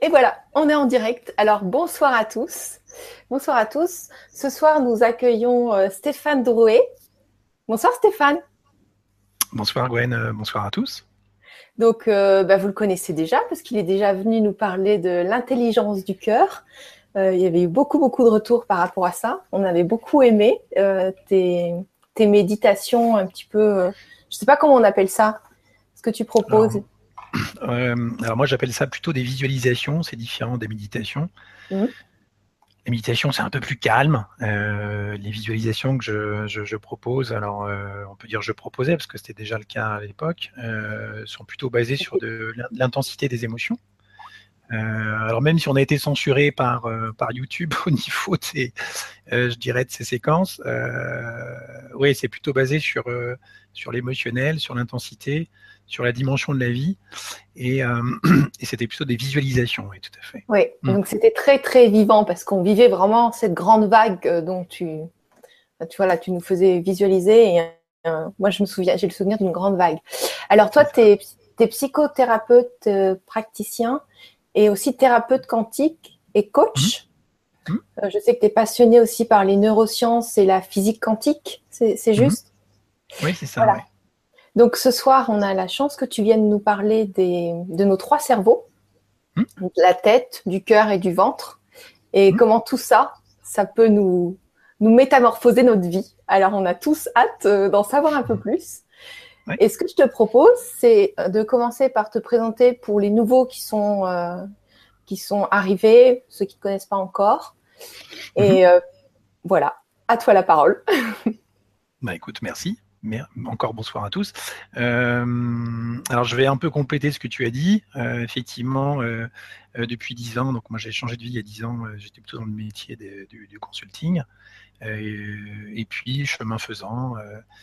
Et voilà, on est en direct. Alors bonsoir à tous. Bonsoir à tous. Ce soir, nous accueillons Stéphane Drouet. Bonsoir Stéphane. Bonsoir Gwen, bonsoir à tous. Donc, vous le connaissez déjà parce qu'il est déjà venu nous parler de l'intelligence du cœur. Il y avait eu beaucoup de retours par rapport à ça. On avait beaucoup aimé tes méditations un petit peu. Je ne sais pas comment on appelle ça. Ce que tu Alors, proposes. alors moi j'appelle ça plutôt des visualisations, c'est différent des méditations. Mhm. Les méditations c'est un peu plus calme. Les visualisations que je propose, alors on peut dire je proposais parce que c'était déjà le cas à l'époque, sont plutôt basées sur de l'intensité des émotions. Alors même si on a été censuré par YouTube au niveau je dirais de ces séquences, oui c'est plutôt basé sur l'émotionnel, sur l'intensité, sur la dimension de la vie, et, euh, et c'était plutôt des visualisations, oui tout à fait. Oui, Mm. donc c'était très vivant parce qu'on vivait vraiment cette grande vague dont tu vois là, tu nous faisais visualiser. Et, moi, je me souviens, j'ai le souvenir d'une grande vague. Alors toi, C'est tu ça. es psychothérapeute praticien et aussi thérapeute quantique et Mm. coach. Mm. Je sais que tu es passionné aussi par les neurosciences et la physique quantique, c'est Mm. juste. Oui c'est ça, Voilà. oui. Donc ce soir, on a la chance que tu viennes nous parler de nos trois cerveaux, Mm. de la tête, du cœur et du ventre, et Mm. comment tout ça, ça peut nous métamorphoser notre vie. Alors, on a tous hâte d'en savoir un peu Mm. plus. Oui. Et ce que je te propose, c'est de commencer par te présenter pour les nouveaux qui sont arrivés, ceux qui ne te connaissent pas encore. Mhm. Et voilà, à toi la parole. Bah écoute, merci. Encore bonsoir à tous. Alors je vais un peu compléter ce que tu as dit. Effectivement, depuis 10 ans, donc moi j'ai changé de vie il y a 10 ans, j'étais plutôt dans le métier du consulting. Et puis, chemin faisant,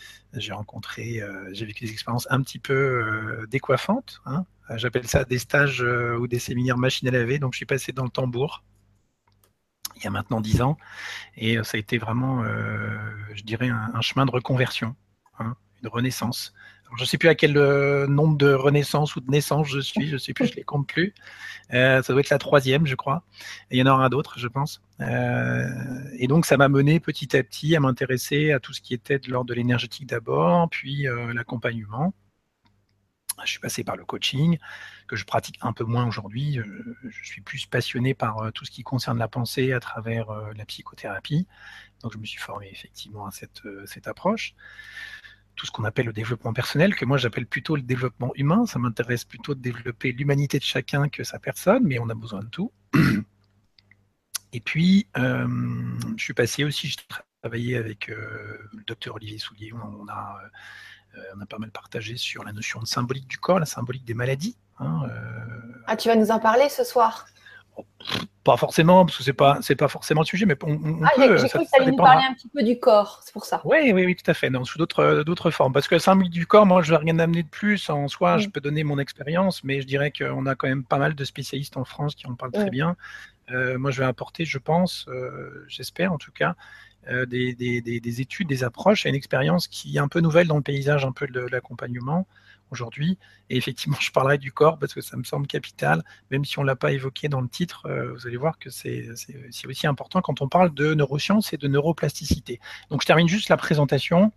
j'ai vécu des expériences un petit peu décoiffantes, hein. J'appelle ça des stages ou des séminaires machine à laver. Donc je suis passé dans le tambour il y a maintenant 10 ans. Et ça a été vraiment, je dirais, un chemin de reconversion, hein, une renaissance. Alors, je ne sais plus à quel nombre de renaissance ou de naissance je suis, je ne sais plus, je ne les compte plus. Ça doit être la troisième, je crois. Et il y en aura d'autres, je pense. Et donc, ça m'a mené petit à petit à m'intéresser à tout ce qui était de l'ordre de l'énergétique d'abord, puis l'accompagnement. Je suis passé par le coaching, que je pratique un peu moins aujourd'hui. Je suis plus passionné par tout ce qui concerne la pensée à travers la psychothérapie. Donc, je me suis formé effectivement à cette approche. Tout ce qu'on appelle le développement personnel, que moi j'appelle plutôt le développement humain. Ça m'intéresse plutôt de développer l'humanité de chacun que sa personne, mais on a besoin de tout. Et puis, je suis passé aussi, je travaillais avec le docteur Olivier Soulier, on a pas mal partagé sur la notion de symbolique du corps, la symbolique des maladies, hein, Ah, tu vas nous en parler ce soir. pas forcément, parce que c'est pas forcément le sujet, mais on Ah, peut, j'ai ça, cru que tu ça allais nous parler dépendra. un petit peu du corps, c'est pour ça. Oui, tout à fait. Non, sous d'autres formes. Parce que la symbolique du corps, moi, je vais rien amener de plus. En soi, je Mm, peux donner mon expérience, mais je dirais qu'on a quand même pas mal de spécialistes en France qui en parlent très mm. bien. Moi, je vais apporter, je pense, j'espère en tout cas, des études, des approches et une expérience qui est un peu nouvelle dans le paysage un peu de l'accompagnement aujourd'hui. Et effectivement, je parlerai du corps parce que ça me semble capital, même si on ne l'a pas évoqué dans le titre, vous allez voir que c'est aussi important quand on parle de neurosciences et de neuroplasticité. Donc je termine juste la présentation.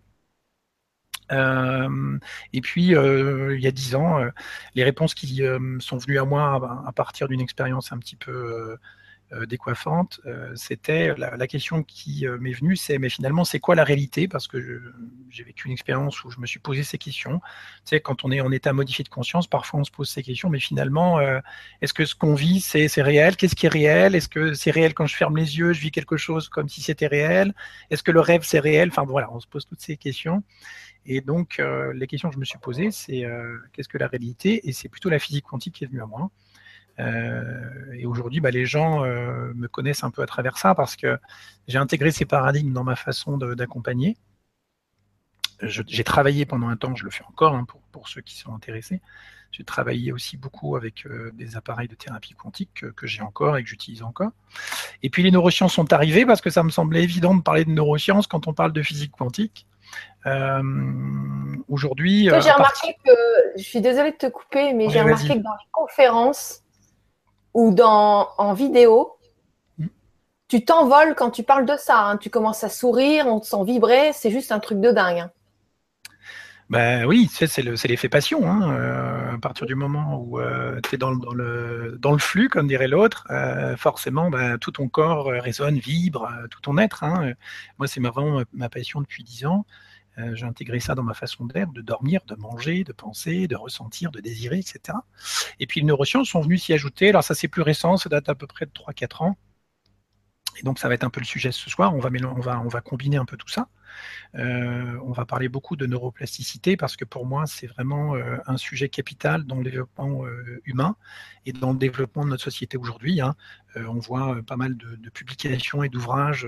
Euh, et puis, il y a 10 ans, les réponses qui sont venues à moi à partir d'une expérience un petit peu décoiffante, c'était la question qui m'est venue, c'est mais finalement c'est quoi la réalité? Parce que j'ai vécu une expérience où je me suis posé ces questions. Tu sais, quand on est en état modifié de conscience, parfois on se pose ces questions, mais finalement, est-ce que ce qu'on vit c'est réel? Qu'est-ce qui est réel? Est-ce que c'est réel quand je ferme les yeux, je vis quelque chose comme si c'était réel? Est-ce que le rêve c'est réel? Enfin voilà, on se pose toutes ces questions. Et donc les questions que je me suis posées, c'est qu'est-ce que la réalité? Et c'est plutôt la physique quantique qui est venue à moi. Et aujourd'hui, les gens me connaissent un peu à travers ça parce que j'ai intégré ces paradigmes dans ma façon d'accompagner. J'ai travaillé pendant un temps, je le fais encore hein, pour ceux qui sont intéressés. J'ai travaillé aussi beaucoup avec des appareils de thérapie quantique que j'ai encore et que j'utilise encore. Et puis les neurosciences sont arrivées parce que ça me semblait évident de parler de neurosciences quand on parle de physique quantique. Aujourd'hui, Toi, j'ai à partir... remarqué que, je suis désolée de te couper, mais j'ai Ouais, remarqué vas-y. que dans les conférences, ou en vidéo, tu t'envoles quand tu parles de ça. Hein. Tu commences à sourire, on te sent vibrer, c'est juste un truc de dingue. Hein. Ben oui, c'est l'effet passion. Hein. À partir du moment où tu es dans le flux, comme dirait l'autre, forcément, tout ton corps résonne, vibre, tout ton être. Hein. Moi, c'est vraiment ma passion depuis 10 ans. J'ai intégré ça dans ma façon d'être, de dormir, de manger, de penser, de ressentir, de désirer, etc. Et puis les neurosciences sont venues s'y ajouter. Alors ça, c'est plus récent, ça date à peu près de 3-4 ans. Et donc ça va être un peu le sujet ce soir. On va combiner un peu tout ça. On va parler beaucoup de neuroplasticité parce que pour moi, c'est vraiment un sujet capital dans le développement humain et dans le développement de notre société aujourd'hui. Hein. On voit pas mal de publications et d'ouvrages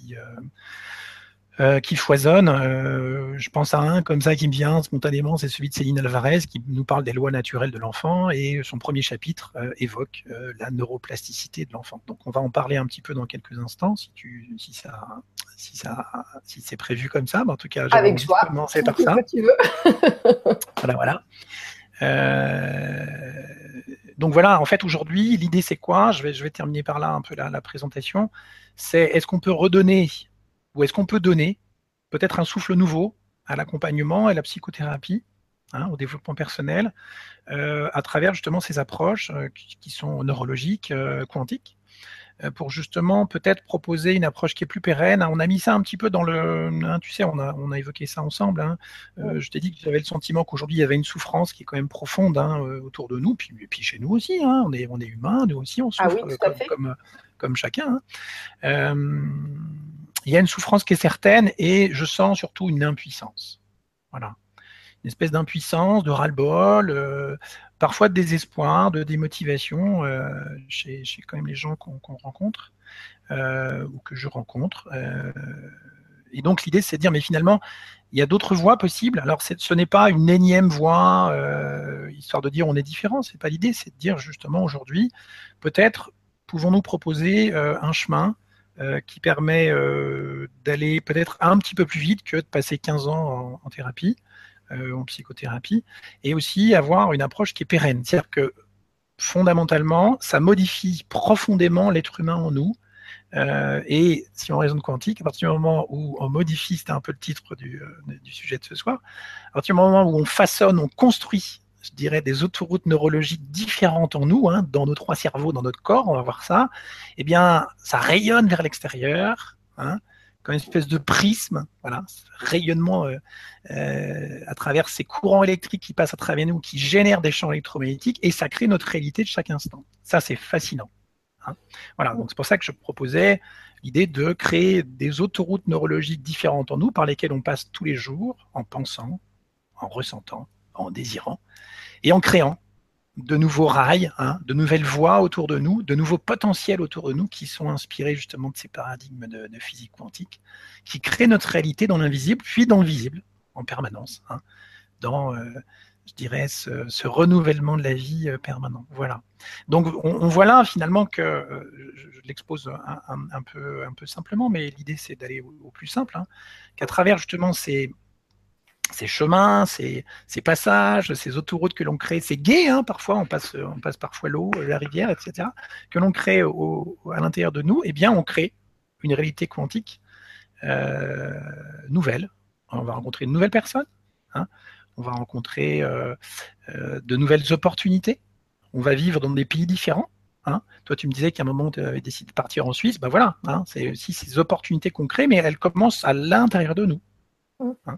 qui foisonnent. Je pense à un comme ça qui me vient spontanément, c'est celui de Céline Alvarez qui nous parle des lois naturelles de l'enfant et son premier chapitre évoque la neuroplasticité de l'enfant. Donc on va en parler un petit peu dans quelques instants si c'est prévu comme ça. Mais en tout cas, j'avais envie de commencer par ça. Tu veux. Voilà. Donc voilà, en fait aujourd'hui, l'idée c'est quoi ? Je vais terminer par là un peu la présentation. C'est est-ce qu'on peut redonner ou est-ce qu'on peut donner peut-être un souffle nouveau à l'accompagnement et à la psychothérapie, hein, au développement personnel, à travers justement ces approches qui sont neurologiques, quantiques, pour justement peut-être proposer une approche qui est plus pérenne. On a mis ça un petit peu dans le... Hein, tu sais, on a évoqué ça ensemble. Hein. Je t'ai dit que j'avais le sentiment qu'aujourd'hui, il y avait une souffrance qui est quand même profonde hein, autour de nous, puis chez nous aussi. Hein, on est humains, nous aussi, on souffre comme chacun. Hein. Il y a une souffrance qui est certaine et je sens surtout une impuissance. Voilà. Une espèce d'impuissance, de ras-le-bol, parfois de désespoir, de démotivation chez quand même les gens qu'on rencontre ou que je rencontre. Et donc l'idée, c'est de dire, mais finalement, il y a d'autres voies possibles. Alors ce n'est pas une énième voie, histoire de dire on est différent, c'est pas l'idée, c'est de dire justement aujourd'hui, peut-être pouvons-nous proposer un chemin qui permet d'aller peut-être un petit peu plus vite que de passer 15 ans en thérapie, en psychothérapie, et aussi avoir une approche qui est pérenne. C'est-à-dire que fondamentalement, ça modifie profondément l'être humain en nous. Et si on raisonne quantique, à partir du moment où on modifie, c'était un peu le titre du sujet de ce soir, à partir du moment où on façonne, on construit, je dirais, des autoroutes neurologiques différentes en nous, hein, dans nos 3 cerveaux, dans notre corps, on va voir ça, eh bien, ça rayonne vers l'extérieur, hein, comme une espèce de prisme, voilà, rayonnement à travers ces courants électriques qui passent à travers nous, qui génèrent des champs électromagnétiques, et ça crée notre réalité de chaque instant. Ça, c'est fascinant. Hein. Voilà, donc c'est pour ça que je proposais l'idée de créer des autoroutes neurologiques différentes en nous, par lesquelles on passe tous les jours, en pensant, en ressentant, en désirant, et en créant de nouveaux rails, hein, de nouvelles voies autour de nous, de nouveaux potentiels autour de nous qui sont inspirés justement de ces paradigmes de physique quantique, qui créent notre réalité dans l'invisible, puis dans le visible, en permanence, hein, dans, je dirais, ce renouvellement de la vie permanent. Voilà. Donc on voit là finalement que, je l'expose un peu simplement, mais l'idée c'est d'aller au plus simple, hein, qu'à travers justement ces chemins, ces passages, ces autoroutes que l'on crée, c'est gai, hein, parfois, on passe parfois l'eau, la rivière, etc., que l'on crée à l'intérieur de nous, eh bien, on crée une réalité quantique nouvelle. On va rencontrer de nouvelles personnes, hein, on va rencontrer de nouvelles opportunités, on va vivre dans des pays différents. Hein. Toi, tu me disais qu'à un moment, tu avais décidé de partir en Suisse. Ben voilà, hein, c'est aussi ces opportunités qu'on crée, mais elles commencent à l'intérieur de nous. Hein.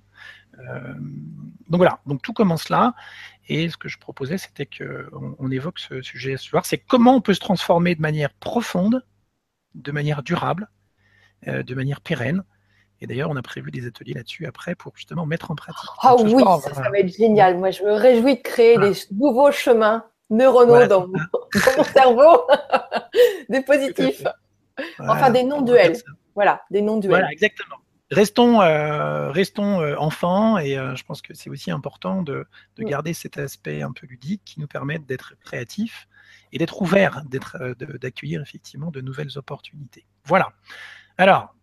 Donc voilà, donc tout commence là, et ce que je proposais, c'était qu'on évoque ce sujet ce soir, c'est comment on peut se transformer de manière profonde, de manière durable, de manière pérenne. Et d'ailleurs, on a prévu des ateliers là-dessus après pour justement mettre en pratique. Ah oui, soir, ça va être génial. Moi, je me réjouis de créer des nouveaux chemins neuronaux dans mon cerveau, des positifs, enfin des non-duels. Voilà, des non-duels. Voilà, exactement. Restons enfants, et je pense que c'est aussi important de garder cet aspect un peu ludique qui nous permet d'être créatifs et d'être ouverts, d'accueillir effectivement de nouvelles opportunités. Voilà. Alors,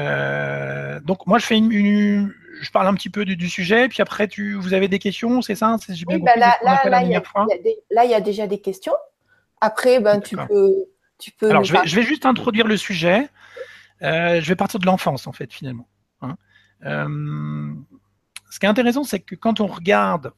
donc moi je parle un petit peu du sujet, puis après vous avez des questions, c'est ça? J'ai bien compris. Là, il y a déjà des questions. Après, ben, D'accord. tu peux Alors, nous parler. je vais juste introduire le sujet. Je vais partir de l'enfance, en fait, finalement. Hein. Ce qui est intéressant, c'est que quand on regarde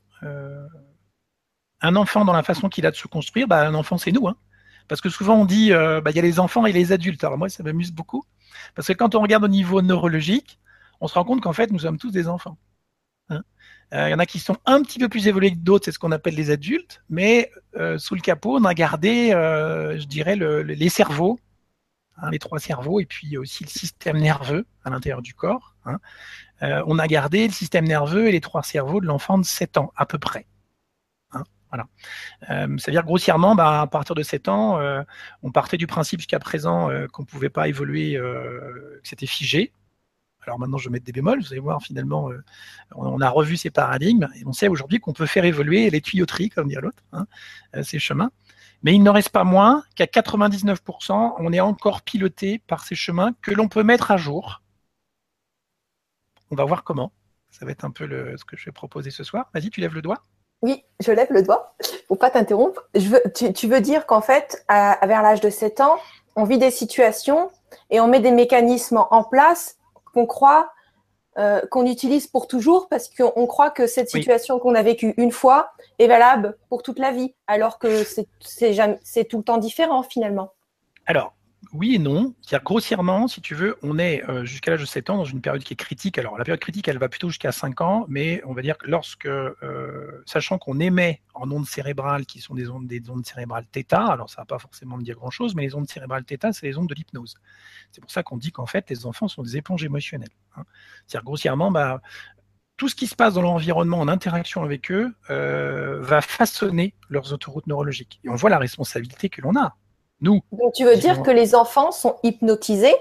un enfant dans la façon qu'il a de se construire, bah, un enfant, c'est nous. Hein. Parce que souvent, on dit, bah, y a les enfants et les adultes. Alors moi, ça m'amuse beaucoup. Parce que quand on regarde au niveau neurologique, on se rend compte qu'en fait, nous sommes tous des enfants. Hein. Y en a qui sont un petit peu plus évolués que d'autres, c'est ce qu'on appelle les adultes, mais sous le capot, on a gardé, je dirais, les cerveaux, hein, les trois cerveaux, et puis aussi le système nerveux à l'intérieur du corps. Hein. On a gardé le système nerveux et les trois cerveaux de l'enfant de 7 ans, à peu près. Hein. Voilà. C'est-à-dire grossièrement, bah, à partir de 7 ans, on partait du principe jusqu'à présent qu'on ne pouvait pas évoluer, que c'était figé. Alors maintenant, je vais mettre des bémols, vous allez voir, finalement, on a revu ces paradigmes et on sait aujourd'hui qu'on peut faire évoluer les tuyauteries, comme dit l'autre, hein, ces chemins. Mais il n'en reste pas moins qu'à 99%, on est encore piloté par ces chemins que l'on peut mettre à jour. On va voir comment. Ça va être un peu ce que je vais proposer ce soir. Vas-y, tu lèves le doigt. Oui, je lève le doigt pour pas t'interrompre. Tu veux dire qu'en fait, vers l'âge de 7 ans, on vit des situations et on met des mécanismes en place qu'on croit qu'on utilise pour toujours parce qu'on croit que cette Oui. situation qu'on a vécue une fois est valable pour toute la vie, alors que c'est tout le temps différent finalement. Alors, oui et non. C'est-à-dire, grossièrement, si tu veux, on est jusqu'à l'âge de 7 ans dans une période qui est critique. Alors, la période critique, elle va plutôt jusqu'à 5 ans, mais on va dire que lorsque, sachant qu'on émet en ondes cérébrales qui sont des ondes cérébrales θ, alors ça ne va pas forcément me dire grand-chose, mais les ondes cérébrales θ, c'est les ondes de l'hypnose. C'est pour ça qu'on dit qu'en fait, les enfants sont des éponges émotionnelles. Hein. C'est-à-dire, grossièrement, bah, tout ce qui se passe dans l'environnement en interaction avec eux va façonner leurs autoroutes neurologiques. Et on voit la responsabilité que l'on a. Nous, Donc tu veux dire que les enfants sont hypnotisés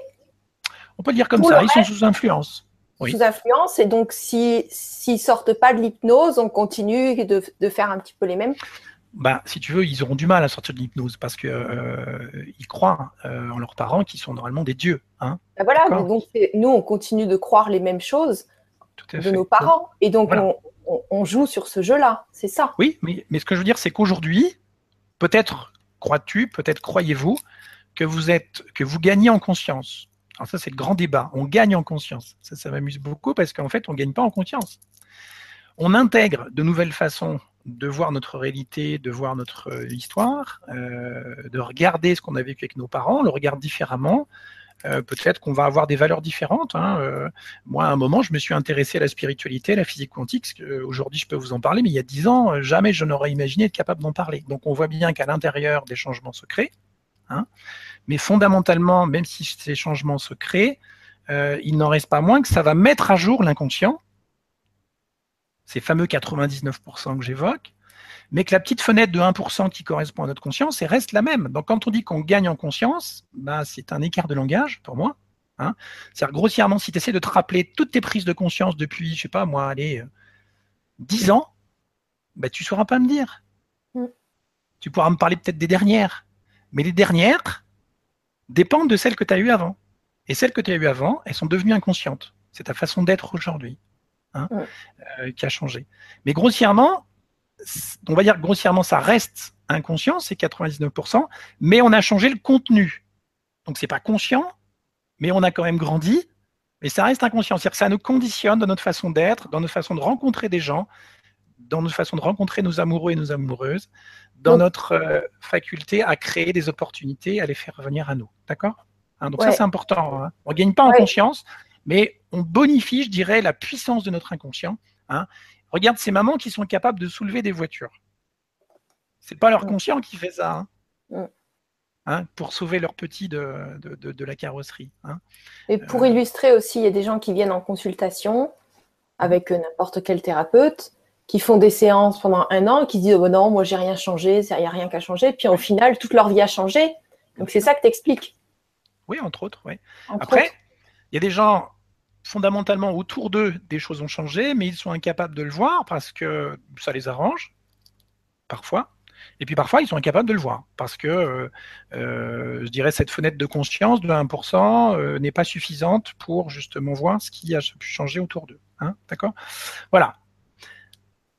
on peut le dire comme pour ça, le ils sont sous influence. Oui. sous influence, et donc s'ils sortent pas de l'hypnose, on continue de faire un petit peu les mêmes. Bah, si tu veux, ils auront du mal à sortir de l'hypnose parce que ils croient en leurs parents qui sont normalement des dieux. Hein. Ben voilà, donc nous on continue de croire les mêmes choses de nos parents, donc, et donc voilà. on joue sur ce jeu-là, c'est ça. Oui, mais ce que je veux dire, c'est qu'aujourd'hui, peut-être crois-tu, peut-être croyez-vous que vous gagnez en conscience. Alors ça, c'est le grand débat. On gagne en conscience. Ça m'amuse beaucoup parce qu'en fait, on ne gagne pas en conscience. On intègre de nouvelles façons de voir notre réalité, de voir notre histoire, de regarder ce qu'on a vécu avec nos parents, on le regarde différemment. Peut-être qu'on va avoir des valeurs différentes. Hein. Moi, à un moment, je me suis intéressé à la spiritualité, à la physique quantique. Aujourd'hui, je peux vous en parler, mais il y a 10 ans, jamais je n'aurais imaginé être capable d'en parler. Donc, on voit bien qu'à l'intérieur, des changements se créent. Hein. Mais fondamentalement, même si ces changements se créent, il n'en reste pas moins que ça va mettre à jour l'inconscient, ces fameux 99% que j'évoque, mais que la petite fenêtre de 1% qui correspond à notre conscience, elle reste la même. Donc quand on dit qu'on gagne en conscience, bah, c'est un écart de langage pour moi. Hein. C'est-à-dire grossièrement, si tu essaies de te rappeler toutes tes prises de conscience depuis, je sais pas moi, allez, 10 ans, bah, tu ne sauras pas me dire. Tu pourras me parler peut-être des dernières. Mais les dernières dépendent de celles que tu as eues avant. Et celles que tu as eues avant, elles sont devenues inconscientes. C'est ta façon d'être aujourd'hui hein, qui a changé. Mais grossièrement, on va dire que grossièrement, ça reste inconscient, c'est 99%, mais on a changé le contenu. Donc, c'est pas conscient, mais on a quand même grandi, mais ça reste inconscient. C'est-à-dire que ça nous conditionne dans notre façon d'être, dans notre façon de rencontrer des gens, dans notre façon de rencontrer nos amoureux et nos amoureuses, dans notre faculté à créer des opportunités, à les faire revenir à nous. D'accord hein, donc, ça, c'est important. Hein. On ne gagne pas en conscience, mais on bonifie, je dirais, la puissance de notre inconscient. Hein. Regarde ces mamans qui sont capables de soulever des voitures. C'est pas leur conscient qui fait ça. Hein, pour sauver leur petit de la carrosserie. Hein. Et pour illustrer aussi, il y a des gens qui viennent en consultation avec n'importe quel thérapeute, qui font des séances pendant 1 an, qui disent oh, non, moi j'ai rien changé, il n'y a rien qu'à changer. Puis au final, toute leur vie a changé. Donc c'est ça que tu expliques. Oui, entre autres. Oui. Après, il y a des gens fondamentalement autour d'eux, des choses ont changé, mais ils sont incapables de le voir parce que ça les arrange, parfois. Et puis parfois, ils sont incapables de le voir parce que, je dirais, cette fenêtre de conscience de 1% n'est pas suffisante pour justement voir ce qui a pu changer autour d'eux. Hein, d'accord ? Voilà.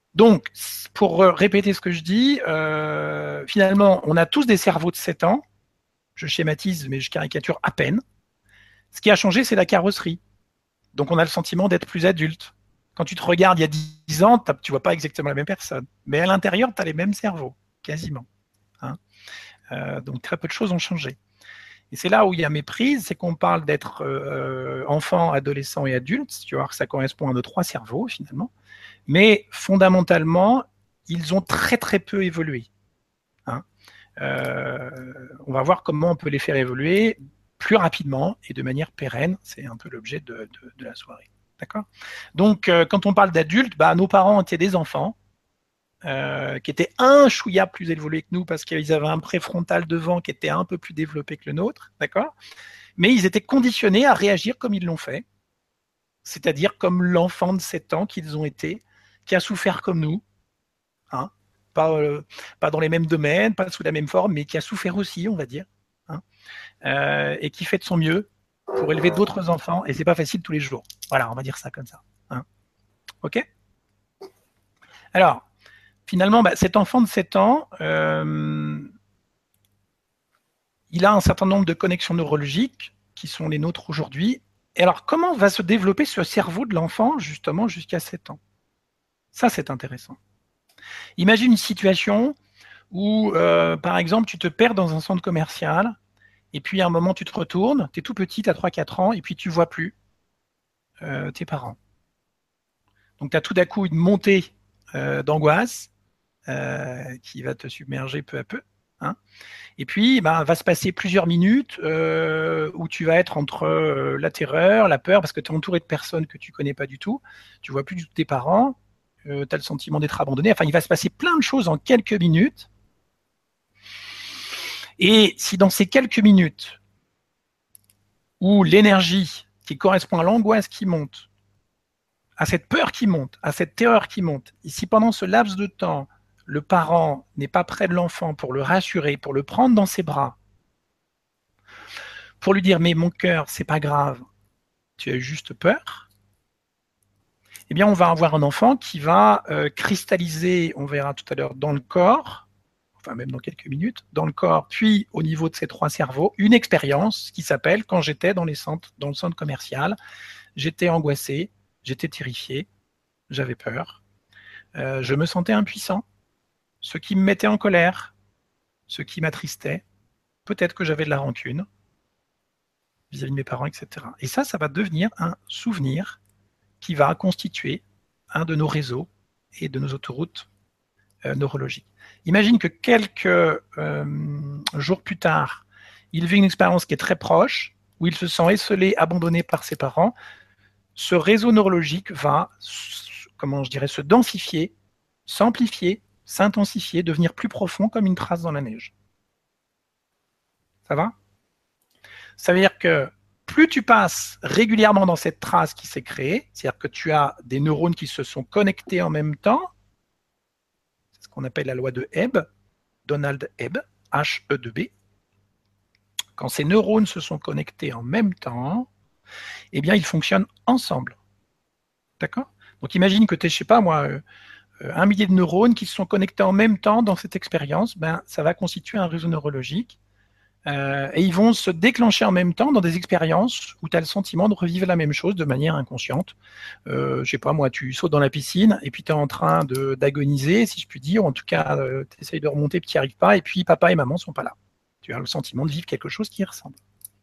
Donc, pour répéter ce que je dis, finalement, on a tous des cerveaux de 7 ans. Je schématise, mais je caricature à peine. Ce qui a changé, c'est la carrosserie. Donc, on a le sentiment d'être plus adulte. Quand tu te regardes il y a 10 ans, tu vois pas exactement la même personne. Mais à l'intérieur, tu as les mêmes cerveaux, quasiment. Hein, donc, très peu de choses ont changé. Et c'est là où il y a méprise, c'est qu'on parle d'être enfant, adolescent et adulte. Tu vois que ça correspond à nos 3 cerveaux, finalement. Mais fondamentalement, ils ont très très peu évolué. Hein. On va voir comment on peut les faire évoluer plus rapidement et de manière pérenne. C'est un peu l'objet de la soirée. D'accord ? Donc, quand on parle d'adultes, nos parents étaient des enfants qui étaient un chouïa plus évolués que nous parce qu'ils avaient un préfrontal devant qui était un peu plus développé que le nôtre. D'accord ? Mais ils étaient conditionnés à réagir comme ils l'ont fait, c'est-à-dire comme l'enfant de 7 ans qu'ils ont été, qui a souffert comme nous, hein, pas dans les mêmes domaines, pas sous la même forme, mais qui a souffert aussi, on va dire, hein, et qui fait de son mieux pour élever d'autres enfants, et c'est pas facile tous les jours. Voilà, on va dire ça comme ça. Hein. Ok ? Alors, finalement, cet enfant de 7 ans, il a un certain nombre de connexions neurologiques qui sont les nôtres aujourd'hui. Et alors, comment va se développer ce cerveau de l'enfant, justement, jusqu'à 7 ans ? Ça, c'est intéressant. Imagine une situation où, par exemple, tu te perds dans un centre commercial, et puis à un moment, tu te retournes, tu es tout petit, tu as 3-4 ans, et puis tu ne vois plus tes parents. Donc, tu as tout d'un coup une montée d'angoisse qui va te submerger peu à peu. Hein. Et puis, va se passer plusieurs minutes où tu vas être entre la terreur, la peur, parce que tu es entouré de personnes que tu ne connais pas du tout, tu ne vois plus du tout tes parents, tu as le sentiment d'être abandonné. Enfin, il va se passer plein de choses en quelques minutes. Et si dans ces quelques minutes où l'énergie qui correspond à l'angoisse qui monte, à cette peur qui monte, à cette terreur qui monte, et si pendant ce laps de temps, le parent n'est pas près de l'enfant pour le rassurer, pour le prendre dans ses bras, pour lui dire mais mon cœur, c'est pas grave, tu as juste peur, eh bien on va avoir un enfant qui va cristalliser, on verra tout à l'heure, dans le corps, enfin même dans quelques minutes, dans le corps, puis au niveau de ces 3 cerveaux, une expérience qui s'appelle quand j'étais dans le centre commercial, j'étais angoissé, j'étais terrifié, j'avais peur, je me sentais impuissant, ce qui me mettait en colère, ce qui m'attristait, peut-être que j'avais de la rancune vis-à-vis de mes parents, etc. Et ça va devenir un souvenir qui va constituer un de nos réseaux et de nos autoroutes neurologiques. Imagine que quelques jours plus tard, il vit une expérience qui est très proche, où il se sent esseulé, abandonné par ses parents. Ce réseau neurologique va, se densifier, s'amplifier, s'intensifier, devenir plus profond comme une trace dans la neige. Ça va ? Ça veut dire que plus tu passes régulièrement dans cette trace qui s'est créée, c'est-à-dire que tu as des neurones qui se sont connectés en même temps, c'est ce qu'on appelle la loi de Hebb, Donald Hebb, H-E-B. Quand ces neurones se sont connectés en même temps, eh bien, ils fonctionnent ensemble. D'accord ? Donc, imagine que tu es, je sais pas moi, 1 millier de neurones qui se sont connectés en même temps dans cette expérience, ça va constituer un réseau neurologique. Et ils vont se déclencher en même temps dans des expériences où tu as le sentiment de revivre la même chose de manière inconsciente. Je sais pas moi, tu sautes dans la piscine et puis tu es en train d'agoniser, si je puis dire, en tout cas tu essayes de remonter puis tu n'y arrives pas, et puis papa et maman sont pas là. Tu as le sentiment de vivre quelque chose qui y ressemble. Ok ?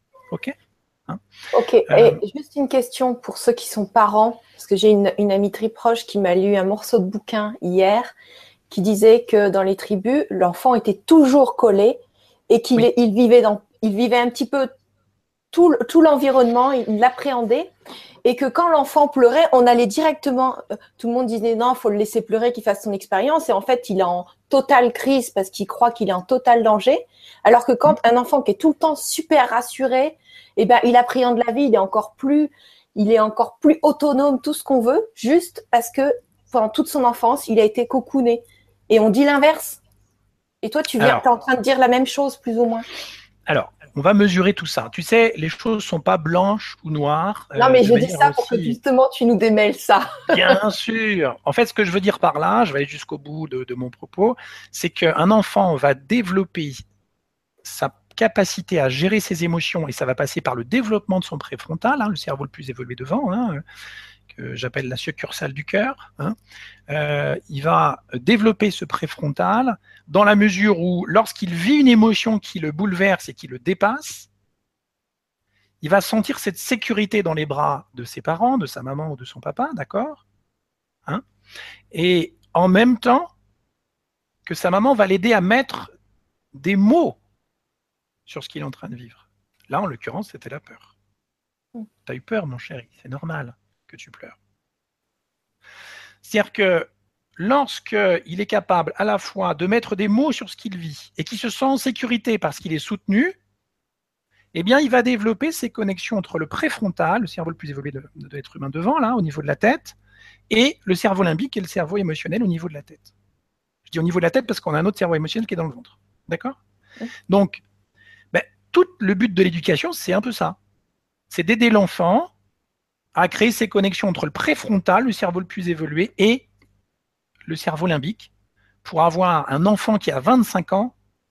Hein ? Ok, et juste une question pour ceux qui sont parents, parce que j'ai une amie très proche qui m'a lu un morceau de bouquin hier qui disait que dans les tribus, l'enfant était toujours collé et qu'il il vivait un petit peu tout l'environnement, il l'appréhendait, et que quand l'enfant pleurait, on allait directement, tout le monde disait non, il faut le laisser pleurer, qu'il fasse son expérience, et en fait, il est en totale crise parce qu'il croit qu'il est en total danger, alors que quand un enfant qui est tout le temps super rassuré, il appréhende la vie, il est encore plus autonome, tout ce qu'on veut, juste parce que pendant toute son enfance, il a été cocooné. Et on dit l'inverse. Et toi, t'es en train de dire la même chose, plus ou moins. Alors, on va mesurer tout ça. Tu sais, les choses sont pas blanches ou noires. Non, mais de je dis manière ça pour que justement tu nous démêles ça. Bien sûr. En fait, ce que je veux dire par là, je vais aller jusqu'au bout de mon propos, c'est qu'un enfant va développer sa capacité à gérer ses émotions et ça va passer par le développement de son préfrontal, le cerveau le plus évolué devant, que j'appelle la succursale du cœur. Il va développer ce préfrontal dans la mesure où, lorsqu'il vit une émotion qui le bouleverse et qui le dépasse, il va sentir cette sécurité dans les bras de ses parents, de sa maman ou de son papa, d'accord, et en même temps que sa maman va l'aider à mettre des mots sur ce qu'il est en train de vivre. Là, en l'occurrence, c'était la peur. Tu as eu peur, mon chéri, c'est normal que tu pleures. C'est-à-dire que lorsqu'il est capable à la fois de mettre des mots sur ce qu'il vit et qu'il se sent en sécurité parce qu'il est soutenu, eh bien, il va développer ces connexions entre le préfrontal, le cerveau le plus évolué de l'être humain devant, là, au niveau de la tête, et le cerveau limbique et le cerveau émotionnel au niveau de la tête. Je dis au niveau de la tête parce qu'on a un autre cerveau émotionnel qui est dans le ventre. D'accord ? Donc, tout le but de l'éducation, c'est un peu ça. C'est d'aider l'enfant à créer ces connexions entre le préfrontal, le cerveau le plus évolué, et le cerveau limbique, pour avoir un enfant qui a 25 ans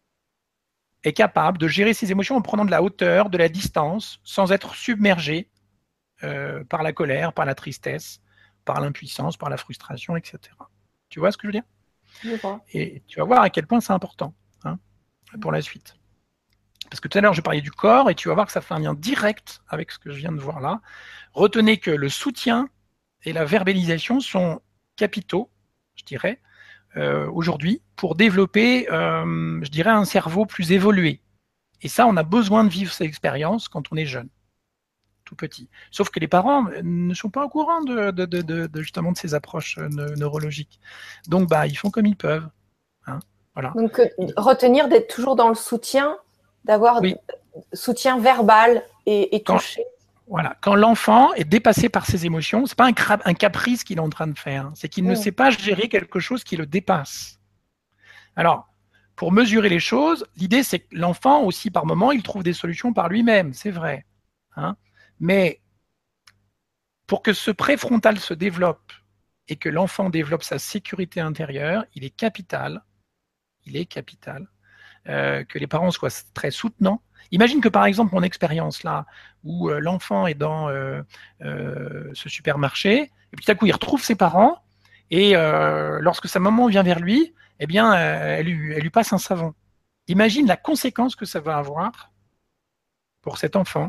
est capable de gérer ses émotions en prenant de la hauteur, de la distance, sans être submergé par la colère, par la tristesse, par l'impuissance, par la frustration, etc. Tu vois ce que je veux dire ? Je vois. Et tu vas voir à quel point c'est important pour la suite. Parce que tout à l'heure, je parlais du corps et tu vas voir que ça fait un lien direct avec ce que je viens de voir là. Retenez que le soutien et la verbalisation sont capitaux, je dirais, aujourd'hui, pour développer, je dirais, un cerveau plus évolué. Et ça, on a besoin de vivre ces expériences quand on est jeune, tout petit. Sauf que les parents ne sont pas au courant justement de ces approches neurologiques. Donc, ils font comme ils peuvent. Voilà. Donc, retenir d'être toujours dans le soutien, d'avoir soutien verbal et touché. Voilà. Quand l'enfant est dépassé par ses émotions, c'est pas un caprice qu'il est en train de faire, c'est qu'il ne sait pas gérer quelque chose qui le dépasse. Alors, pour mesurer les choses, l'idée c'est que l'enfant aussi, par moment, il trouve des solutions par lui-même, c'est vrai. Mais pour que ce préfrontal se développe et que l'enfant développe sa sécurité intérieure, il est capital que les parents soient très soutenants. Imagine que par exemple mon expérience là, où l'enfant est dans ce supermarché, et puis tout à coup il retrouve ses parents, et lorsque sa maman vient vers lui, eh bien elle lui passe un savon. Imagine la conséquence que ça va avoir pour cet enfant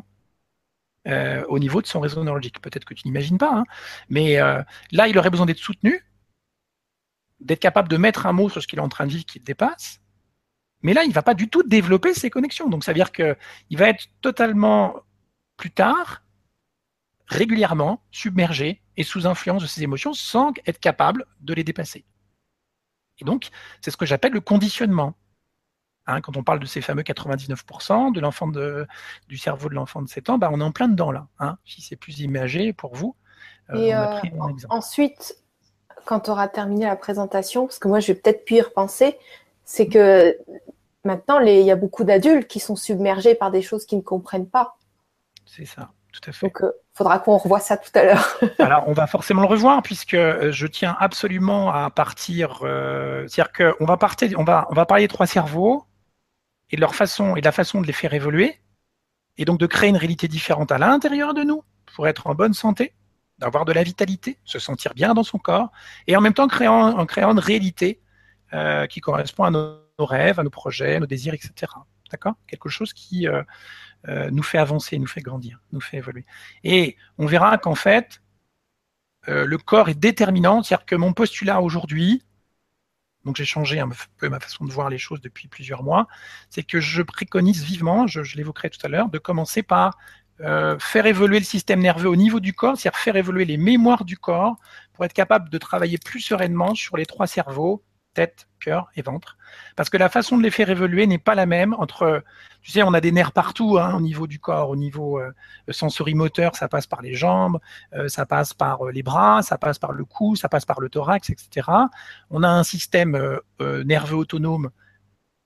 au niveau de son réseau neurologique. Peut-être que tu n'imagines pas, mais là il aurait besoin d'être soutenu, d'être capable de mettre un mot sur ce qu'il est en train de vivre qui le dépasse. Mais là, il ne va pas du tout développer ses connexions. Donc, ça veut dire qu'il va être totalement, plus tard, régulièrement submergé et sous influence de ses émotions sans être capable de les dépasser. Et donc, c'est ce que j'appelle le conditionnement. Quand on parle de ces fameux 99% de l'enfant du cerveau de l'enfant de 7 ans, on est en plein dedans là. Si c'est plus imagé pour vous, et on a pris un exemple. Ensuite, quand tu auras terminé la présentation, parce que moi, je vais peut-être plus y repenser, c'est que maintenant, il y a beaucoup d'adultes qui sont submergés par des choses qu'ils ne comprennent pas. C'est ça, tout à fait. Donc, il faudra qu'on revoie ça tout à l'heure. Alors, on va forcément le revoir puisque je tiens absolument à partir. C'est-à-dire qu'on va parler des 3 cerveaux et de leur façon et de la façon de les faire évoluer, et donc de créer une réalité différente à l'intérieur de nous pour être en bonne santé, d'avoir de la vitalité, se sentir bien dans son corps, et en même temps en créant une réalité qui correspond à nos rêves, à nos projets, à nos désirs, etc. D'accord ? Quelque chose qui nous fait avancer, nous fait grandir, nous fait évoluer. Et on verra qu'en fait, le corps est déterminant, c'est-à-dire que mon postulat aujourd'hui, donc j'ai changé un peu ma façon de voir les choses depuis plusieurs mois, c'est que je préconise vivement, je l'évoquerai tout à l'heure, de commencer par faire évoluer le système nerveux au niveau du corps, c'est-à-dire faire évoluer les mémoires du corps pour être capable de travailler plus sereinement sur les 3 cerveaux, tête, cœur et ventre. Parce que la façon de les faire évoluer n'est pas la même entre, tu sais, on a des nerfs partout au niveau du corps, au niveau sensorimoteur, ça passe par les jambes, ça passe par les bras, ça passe par le cou, ça passe par le thorax, etc. On a un système nerveux autonome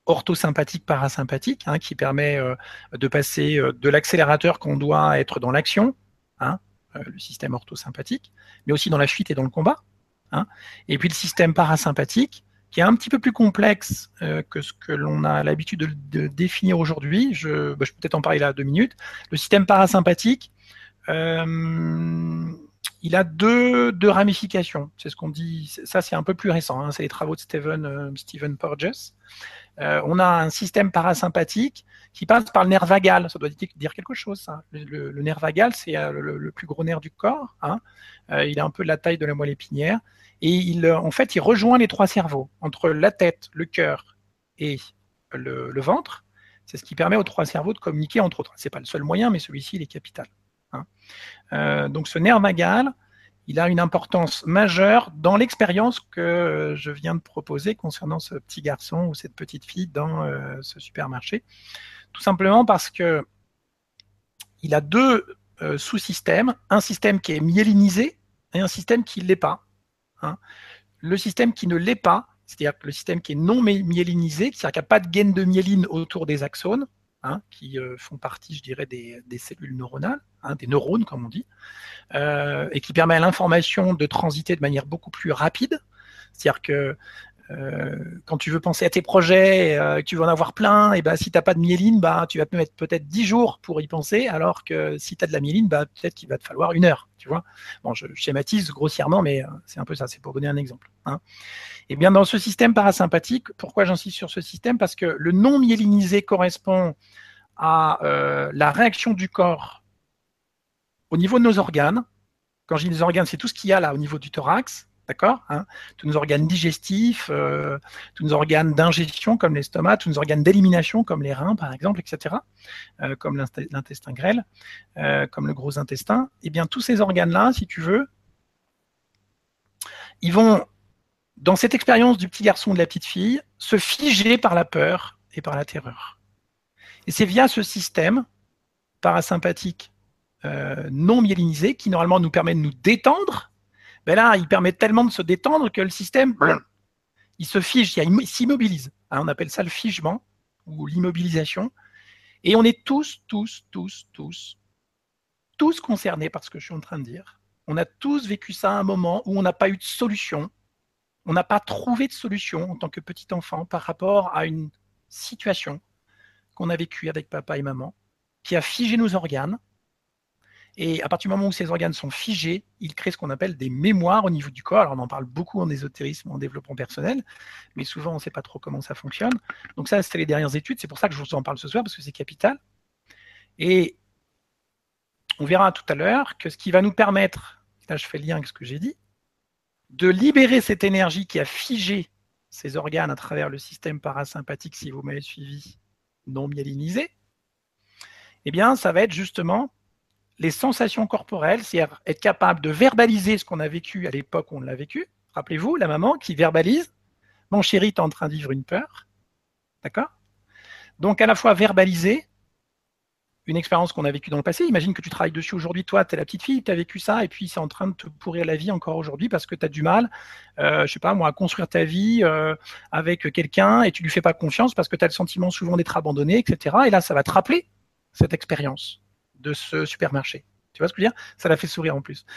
orthosympathique, parasympathique, hein, qui permet de passer de l'accélérateur quand on doit être dans l'action, hein, le système orthosympathique, mais aussi dans la fuite et dans le combat. Hein. Et puis le système parasympathique, qui est un petit peu plus complexe que ce que l'on a l'habitude de définir aujourd'hui. Je peux peut-être en parler là 2 minutes. Le système parasympathique, il a deux ramifications. C'est ce qu'on dit. Ça, c'est un peu plus récent. Hein, c'est les travaux de Stephen Porges. On a un système parasympathique qui passe par le nerf vagal. Ça doit dire quelque chose, ça. Le nerf vagal, c'est le plus gros nerf du corps. Hein. Il a un peu la taille de la moelle épinière. Et en fait, il rejoint les 3 cerveaux, entre la tête, le cœur et le ventre. C'est ce qui permet aux 3 cerveaux de communiquer entre autres. Ce n'est pas le seul moyen, mais celui-ci, il est capital. Hein. Donc ce nerf vagal, il a une importance majeure dans l'expérience que je viens de proposer concernant ce petit garçon ou cette petite fille dans ce supermarché. Tout simplement parce que il a 2 sous-systèmes, un système qui est myélinisé et un système qui ne l'est pas. Hein. Le système qui ne l'est pas, c'est-à-dire le système qui est non myélinisé, c'est-à-dire qu'il n'y a pas de gaine de myéline autour des axones, hein, qui font partie, je dirais, des cellules neuronales, hein, des neurones, comme on dit, et qui permet à l'information de transiter de manière beaucoup plus rapide. C'est-à-dire que quand tu veux penser à tes projets, que tu veux en avoir plein, et ben, si tu n'as pas de myéline, bah, tu vas te mettre peut-être 10 jours pour y penser, alors que si tu as de la myéline, bah, peut-être qu'il va te falloir 1 heure. Tu vois, bon, je schématise grossièrement, mais c'est un peu ça, c'est pour donner un exemple. Hein. Et bien dans ce système parasympathique, pourquoi j'insiste sur ce système? Parce que le non myélinisé correspond à la réaction du corps au niveau de nos organes. Quand je dis les organes, c'est tout ce qu'il y a là au niveau du thorax. D'accord, hein, tous nos organes digestifs, tous nos organes d'ingestion comme l'estomac, tous nos organes d'élimination comme les reins par exemple, etc., comme l'intestin grêle, comme le gros intestin. Et bien tous ces organes-là, si tu veux, ils vont, dans cette expérience du petit garçon ou de la petite fille, se figer par la peur et par la terreur. Et c'est via ce système parasympathique non myélinisé qui normalement nous permet de nous détendre. Ben là, il permet tellement de se détendre que le système, il se fige, il s'immobilise. Hein, on appelle ça le figement ou l'immobilisation. Et on est tous concernés par ce que je suis en train de dire. On a tous vécu ça à un moment où on n'a pas eu de solution. On n'a pas trouvé de solution en tant que petit enfant par rapport à une situation qu'on a vécue avec papa et maman, qui a figé nos organes. Et à partir du moment où ces organes sont figés, ils créent ce qu'on appelle des mémoires au niveau du corps. Alors on en parle beaucoup en ésotérisme, en développement personnel, mais souvent on ne sait pas trop comment ça fonctionne. Donc ça, c'était les dernières études. C'est pour ça que je vous en parle ce soir, parce que c'est capital. Et on verra tout à l'heure que ce qui va nous permettre, là je fais le lien avec ce que j'ai dit, de libérer cette énergie qui a figé ces organes à travers le système parasympathique, si vous m'avez suivi, non myélinisé, eh bien ça va être justement les sensations corporelles, c'est-à-dire être capable de verbaliser ce qu'on a vécu à l'époque où on l'a vécu. Rappelez-vous, la maman qui verbalise, mon chéri, tu es en train de vivre une peur. D'accord? Donc à la fois verbaliser une expérience qu'on a vécue dans le passé. Imagine que tu travailles dessus aujourd'hui, toi, tu es la petite fille, tu as vécu ça, et puis c'est en train de te pourrir la vie encore aujourd'hui parce que tu as du mal, je sais pas moi, à construire ta vie avec quelqu'un et tu lui fais pas confiance parce que tu as le sentiment souvent d'être abandonné, etc. Et là, ça va te rappeler cette expérience de ce supermarché. Tu vois ce que je veux dire? Ça l'a fait sourire en plus.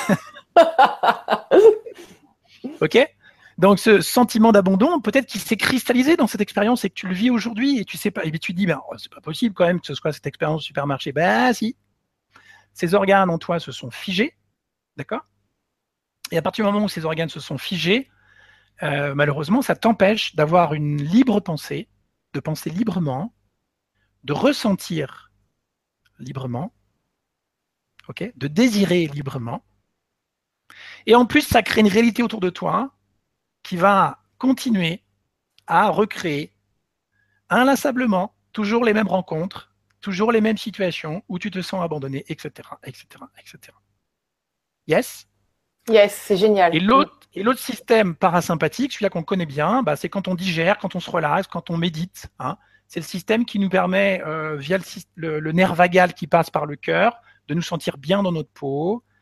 Ok? Donc ce sentiment d'abandon, peut-être qu'il s'est cristallisé dans cette expérience et que tu le vis aujourd'hui et tu sais pas, et puis tu te dis, ben, oh, c'est pas possible quand même que ce soit cette expérience de supermarché. Ben si. Ces organes en toi se sont figés, d'accord? Et à partir du moment où ces organes se sont figés, malheureusement, ça t'empêche d'avoir une libre pensée, de penser librement, de ressentir librement, okay, de désirer librement. Et en plus, ça crée une réalité autour de toi qui va continuer à recréer inlassablement toujours les mêmes rencontres, toujours les mêmes situations où tu te sens abandonné, etc., etc., etc. Yes? Yes, c'est génial. Et l'autre système parasympathique, celui-là qu'on connaît bien, bah, c'est quand on digère, quand on se relaxe, quand on médite. Hein. C'est le système qui nous permet, via le nerf vagal qui passe par le cœur, de nous sentir bien dans notre peau,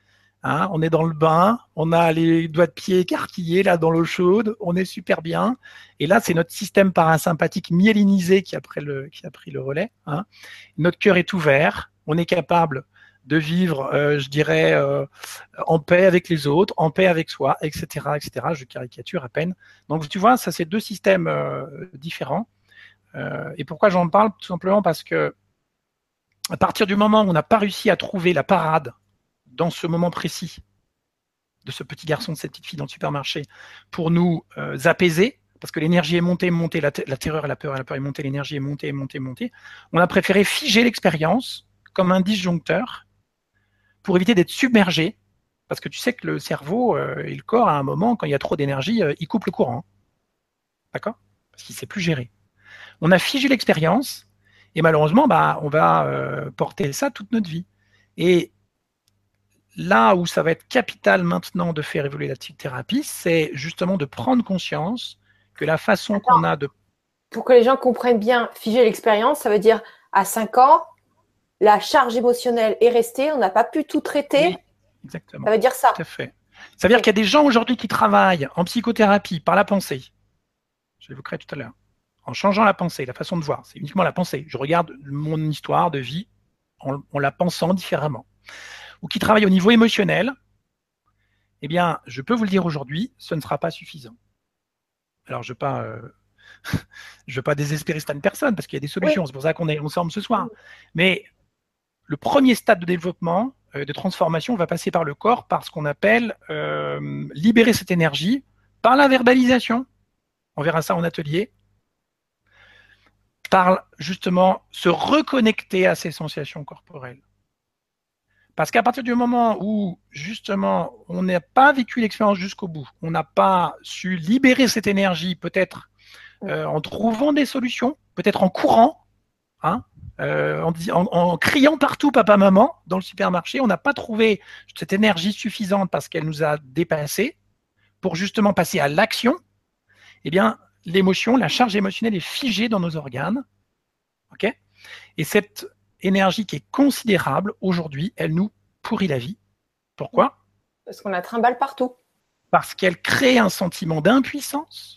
Hein, on est dans le bain, on a les doigts de pied écarquillés là dans l'eau chaude, on est super bien. Et là, c'est notre système parasympathique myélinisé qui a pris le relais. Hein. Notre cœur est ouvert, on est capable de vivre, je dirais, en paix avec les autres, en paix avec soi, etc., etc. Je caricature à peine. Donc, tu vois, ça, c'est deux systèmes différents. Et pourquoi j'en parle? Tout simplement parce que à partir du moment où on n'a pas réussi à trouver la parade dans ce moment précis de ce petit garçon, de cette petite fille dans le supermarché, pour nous apaiser, parce que l'énergie est montée, la terreur et la peur est montée, l'énergie est montée, on a préféré figer l'expérience comme un disjoncteur pour éviter d'être submergé, parce que tu sais que le cerveau et le corps, à un moment, quand il y a trop d'énergie, il coupe le courant. D'accord? Parce qu'il ne sait plus gérer. On a figé l'expérience, et malheureusement, on va porter ça toute notre vie. Et là où ça va être capital maintenant de faire évoluer la psychothérapie, c'est justement de prendre conscience que la façon qu'on a de... Pour que les gens comprennent bien, figer l'expérience, ça veut dire à 5 ans, la charge émotionnelle est restée, on n'a pas pu tout traiter. Oui, exactement. Ça veut dire ça. Tout à fait. Ça veut dire qu'il y a des gens aujourd'hui qui travaillent en psychothérapie par la pensée. Je l'évoquerai tout à l'heure. En changeant la pensée, la façon de voir. C'est uniquement la pensée. Je regarde mon histoire de vie en la pensant différemment. Ou qui travaillent au niveau émotionnel, eh bien, je peux vous le dire aujourd'hui, ce ne sera pas suffisant. Alors, je ne veux pas désespérer certaines personnes, parce qu'il y a des solutions, oui. C'est pour ça qu'on est ensemble ce soir. Mais le premier stade de développement, de transformation, va passer par le corps, par ce qu'on appelle libérer cette énergie, par la verbalisation. On verra ça en atelier. Par justement se reconnecter à ces sensations corporelles. Parce qu'à partir du moment où, justement, on n'a pas vécu l'expérience jusqu'au bout, on n'a pas su libérer cette énergie, peut-être en trouvant des solutions, peut-être en courant, hein, en criant partout papa, maman, dans le supermarché, on n'a pas trouvé cette énergie suffisante parce qu'elle nous a dépassés pour justement passer à l'action, eh bien, l'émotion, la charge émotionnelle est figée dans nos organes. Okay, et cette énergie qui est considérable, aujourd'hui, elle nous pourrit la vie. Pourquoi? Parce qu'on la trimballe partout. Parce qu'elle crée un sentiment d'impuissance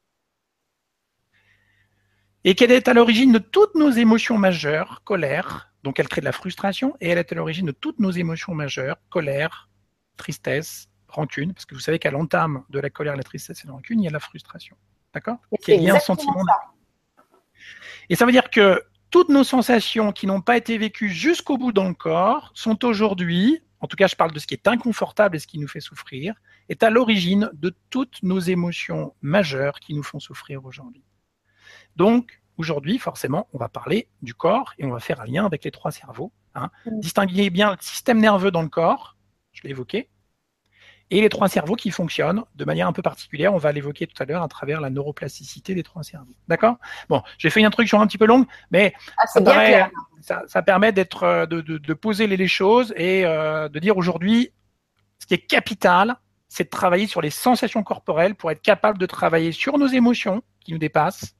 et qu'elle est à l'origine de toutes nos émotions majeures, colère, donc elle crée de la frustration, et elle est à l'origine de toutes nos émotions majeures, colère, tristesse, rancune, parce que vous savez qu'à l'entame de la colère, la tristesse et la rancune, il y a la frustration. D'accord? Il y a un sentiment. Et ça veut dire que toutes nos sensations qui n'ont pas été vécues jusqu'au bout dans le corps sont aujourd'hui, en tout cas je parle de ce qui est inconfortable et ce qui nous fait souffrir, est à l'origine de toutes nos émotions majeures qui nous font souffrir aujourd'hui. Donc aujourd'hui, forcément, on va parler du corps et on va faire un lien avec les trois cerveaux. Hein. Distinguez bien le système nerveux dans le corps, je l'ai évoqué, et les trois cerveaux qui fonctionnent de manière un peu particulière. On va l'évoquer tout à l'heure à travers la neuroplasticité des trois cerveaux. D'accord? Bon, j'ai fait une introduction un petit peu longue, mais ça permet de poser les choses et de dire aujourd'hui, ce qui est capital, c'est de travailler sur les sensations corporelles pour être capable de travailler sur nos émotions qui nous dépassent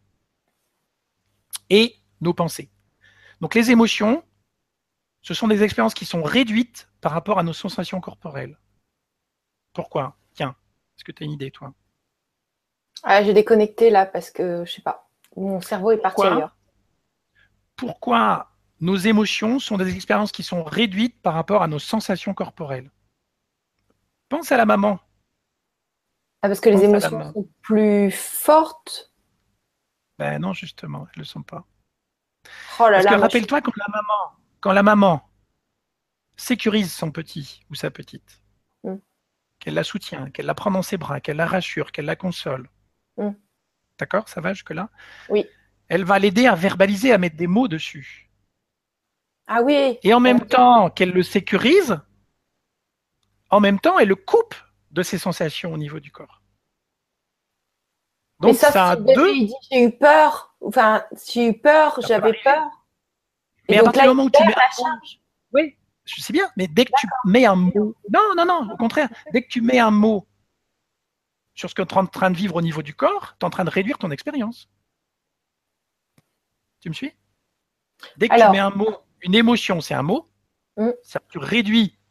et nos pensées. Donc les émotions, ce sont des expériences qui sont réduites par rapport à nos sensations corporelles. Pourquoi? Tiens, est-ce que tu as une idée, toi? J'ai déconnecté là parce que, je sais pas, mon cerveau est parti ailleurs. Pourquoi nos émotions sont des expériences qui sont réduites par rapport à nos sensations corporelles? Pense à la maman. Parce que les émotions sont plus fortes? Ben non, justement, elles ne le sont pas. Oh là Parce là, que rappelle-toi quand la maman sécurise son petit ou sa petite, qu'elle la soutient, qu'elle la prend dans ses bras, qu'elle la rassure, qu'elle la console. D'accord? Ça va jusque-là? Oui. Elle va l'aider à verbaliser, à mettre des mots dessus. Ah oui. Et en même temps qu'elle le sécurise, en même temps, elle le coupe de ses sensations au niveau du corps. Donc, mais ça a deux... il dit j'ai eu peur, enfin, j'ai eu peur, j'avais peur. Mais à partir du moment où tu mets la charge. Oui, je sais bien, mais dès que tu mets un mot. Non, au contraire, dès que tu mets un mot sur ce que tu es en train de vivre au niveau du corps, tu es en train de réduire ton expérience. Tu me suis? Dès que tu mets un mot, une émotion, c'est un mot, ça, tu réduis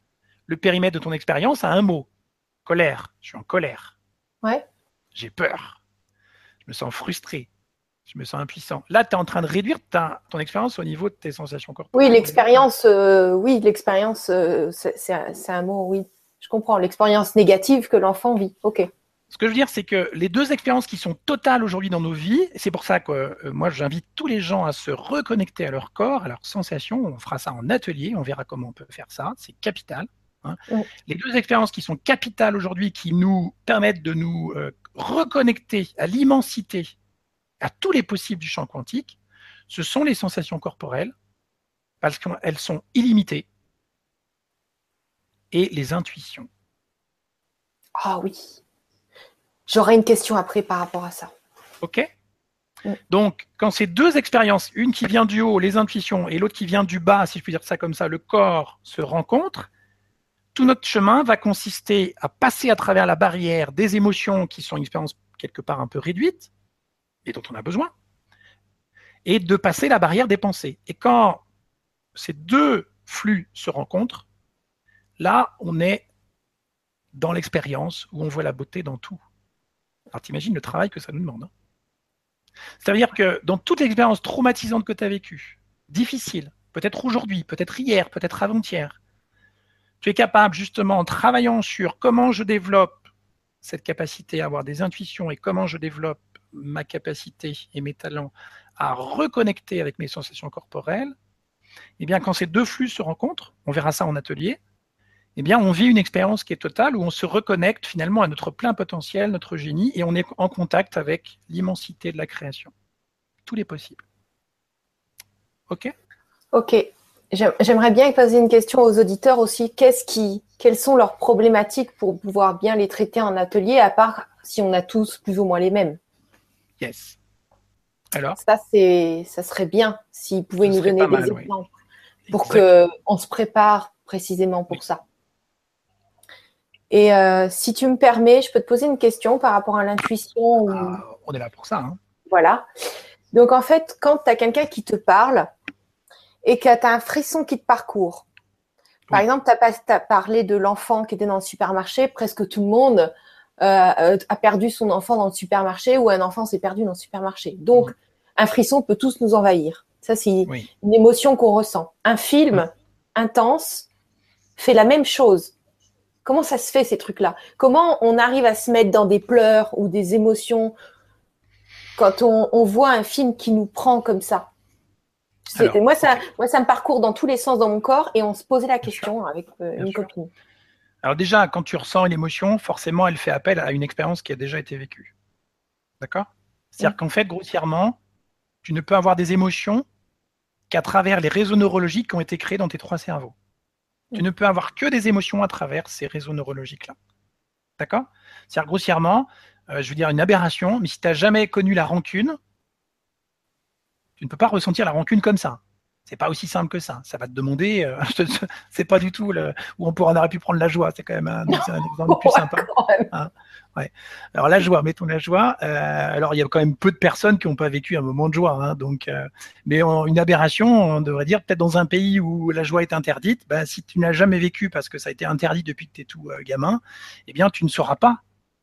le périmètre de ton expérience à un mot. Colère. Je suis en colère. Ouais. J'ai peur. Je me sens frustré. Je me sens impuissant. Là, tu es en train de réduire ton expérience au niveau de tes sensations corporelles. Oui, l'expérience, c'est un mot, oui. Je comprends. L'expérience négative que l'enfant vit. OK. Ce que je veux dire, c'est que les deux expériences qui sont totales aujourd'hui dans nos vies, c'est pour ça que moi, j'invite tous les gens à se reconnecter à leur corps, à leurs sensations. On fera ça en atelier, on verra comment on peut faire ça. C'est capital. Hein. Les deux expériences qui sont capitales aujourd'hui, qui nous permettent de nous reconnecter à l'immensité, à tous les possibles du champ quantique, ce sont les sensations corporelles, parce qu'elles sont illimitées, et les intuitions. Ah oui. J'aurais une question après par rapport à ça. OK ? Donc, quand ces deux expériences, une qui vient du haut, les intuitions, et l'autre qui vient du bas, si je puis dire ça comme ça, le corps, se rencontrent, tout notre chemin va consister à passer à travers la barrière des émotions qui sont une expérience quelque part un peu réduite, et dont on a besoin, et de passer la barrière des pensées. Et quand ces deux flux se rencontrent, là, on est dans l'expérience où on voit la beauté dans tout. Alors, t'imagines le travail que ça nous demande. Hein. C'est-à-dire que dans toute l'expérience traumatisante que tu as vécue, difficile, peut-être aujourd'hui, peut-être hier, peut-être avant-hier, tu es capable, justement, en travaillant sur comment je développe cette capacité à avoir des intuitions et comment je développe ma capacité et mes talents à reconnecter avec mes sensations corporelles, eh bien, quand ces deux flux se rencontrent, on verra ça en atelier, eh bien, on vit une expérience qui est totale où on se reconnecte finalement à notre plein potentiel, notre génie, et on est en contact avec l'immensité de la création. Tous les possibles. OK ? OK. J'aimerais bien poser une question aux auditeurs aussi. Quelles sont leurs problématiques pour pouvoir bien les traiter en atelier, à part si on a tous plus ou moins les mêmes? Yes. Alors ? Ça serait bien s'ils pouvaient nous donner des exemples pour qu'on se prépare précisément pour ça. Et si tu me permets, je peux te poser une question par rapport à l'intuition. On est là pour ça. Hein. Voilà. Donc, en fait, quand tu as quelqu'un qui te parle et que tu as un frisson qui te parcourt, par exemple, tu as parlé de l'enfant qui était dans le supermarché, presque tout le monde a perdu son enfant dans le supermarché ou un enfant s'est perdu dans le supermarché. Donc, un frisson peut tous nous envahir. Ça, c'est une émotion qu'on ressent. Un film intense fait la même chose. Comment ça se fait, ces trucs-là? Comment on arrive à se mettre dans des pleurs ou des émotions quand on voit un film qui nous prend comme ça? Moi, ça me parcourt dans tous les sens dans mon corps et on se posait la question avec une copine. Alors déjà, quand tu ressens une émotion, forcément, elle fait appel à une expérience qui a déjà été vécue. D'accord ? C'est-à-dire qu'en fait, grossièrement, tu ne peux avoir des émotions qu'à travers les réseaux neurologiques qui ont été créés dans tes trois cerveaux. Tu ne peux avoir que des émotions à travers ces réseaux neurologiques-là. D'accord ? C'est-à-dire, grossièrement, je veux dire une aberration, mais si tu n'as jamais connu la rancune, tu ne peux pas ressentir la rancune comme ça. C'est pas aussi simple que ça. Ça va te demander, c'est pas du tout où on aurait pu prendre la joie. C'est quand même un exemple plus sympa. Hein, ouais. Alors la joie, mettons la joie. Alors il y a quand même peu de personnes qui n'ont pas vécu un moment de joie. Hein, donc, mais une aberration, on devrait dire peut-être dans un pays où la joie est interdite. Ben, si tu n'as jamais vécu parce que ça a été interdit depuis que tu es tout gamin, eh bien tu ne sauras pas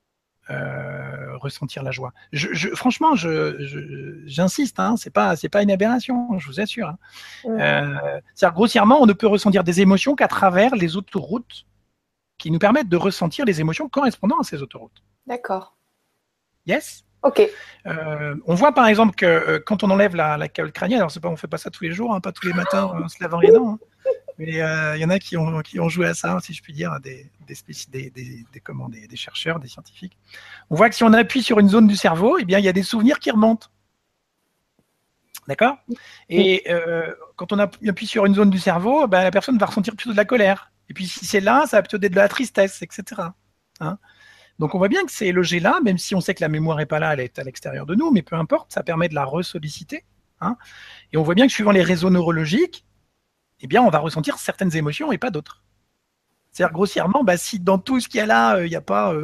ressentir la joie. Franchement, j'insiste, hein, c'est pas une aberration, je vous assure. Hein. C'est-à-dire, grossièrement, on ne peut ressentir des émotions qu'à travers les autoroutes qui nous permettent de ressentir les émotions correspondant à ces autoroutes. D'accord. Yes. Ok. On voit par exemple que quand on enlève la cavale crânienne, alors on fait pas ça tous les jours, hein, pas tous les matins en se lavant les dents. Hein. Mais il y en a qui ont joué à ça, si je puis dire, des chercheurs, des scientifiques. On voit que si on appuie sur une zone du cerveau, eh bien, il y a des souvenirs qui remontent. D'accord ? Et quand on appuie sur une zone du cerveau, ben, la personne va ressentir plutôt de la colère. Et puis si c'est là, ça va plutôt être de la tristesse, etc. Hein ? Donc on voit bien que ces logés-là, même si on sait que la mémoire n'est pas là, elle est à l'extérieur de nous, mais peu importe, ça permet de la ressolliciter. Hein ? Et on voit bien que suivant les réseaux neurologiques, eh bien, on va ressentir certaines émotions et pas d'autres. C'est-à-dire, grossièrement, si dans tout ce qu'il y a là, il n'y a pas,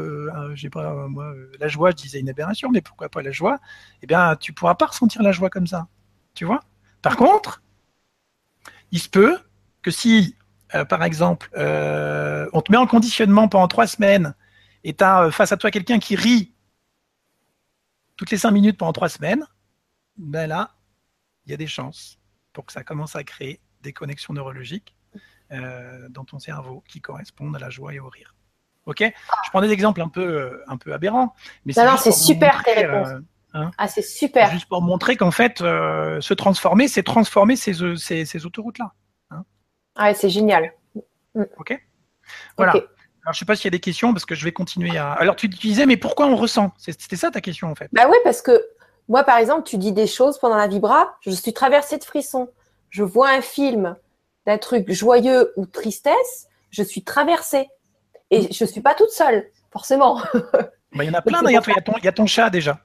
la joie, je disais une aberration, mais pourquoi pas la joie, eh bien, tu ne pourras pas ressentir la joie comme ça. Tu vois ? Par contre, il se peut que si par exemple, on te met en conditionnement pendant 3 semaines et tu as face à toi quelqu'un qui rit toutes les 5 minutes pendant 3 semaines, ben là, il y a des chances pour que ça commence à créer des connexions neurologiques dans ton cerveau qui correspondent à la joie et au rire. Ok. Je prends des exemples un peu aberrants, mais Non, c'est non, juste c'est pour vous super tes montrer. réponses. Hein, Ah, c'est super. juste pour montrer qu'en fait, se transformer, c'est transformer ces autoroutes-là. Hein. Ouais, c'est génial. Ok. Voilà. Ok. Alors, je ne sais pas s'il y a des questions parce que je vais continuer à. Alors, tu disais, mais pourquoi on ressent? C'était ça ta question en fait. Bah oui, parce que moi, par exemple, tu dis des choses pendant la vibra, je suis traversée de frissons. Je vois un film d'un truc joyeux ou tristesse, je suis traversée. Et je ne suis pas toute seule, forcément. Bah, il y en a Donc plein c'est pour d'ailleurs. ça. Il y a ton chat déjà.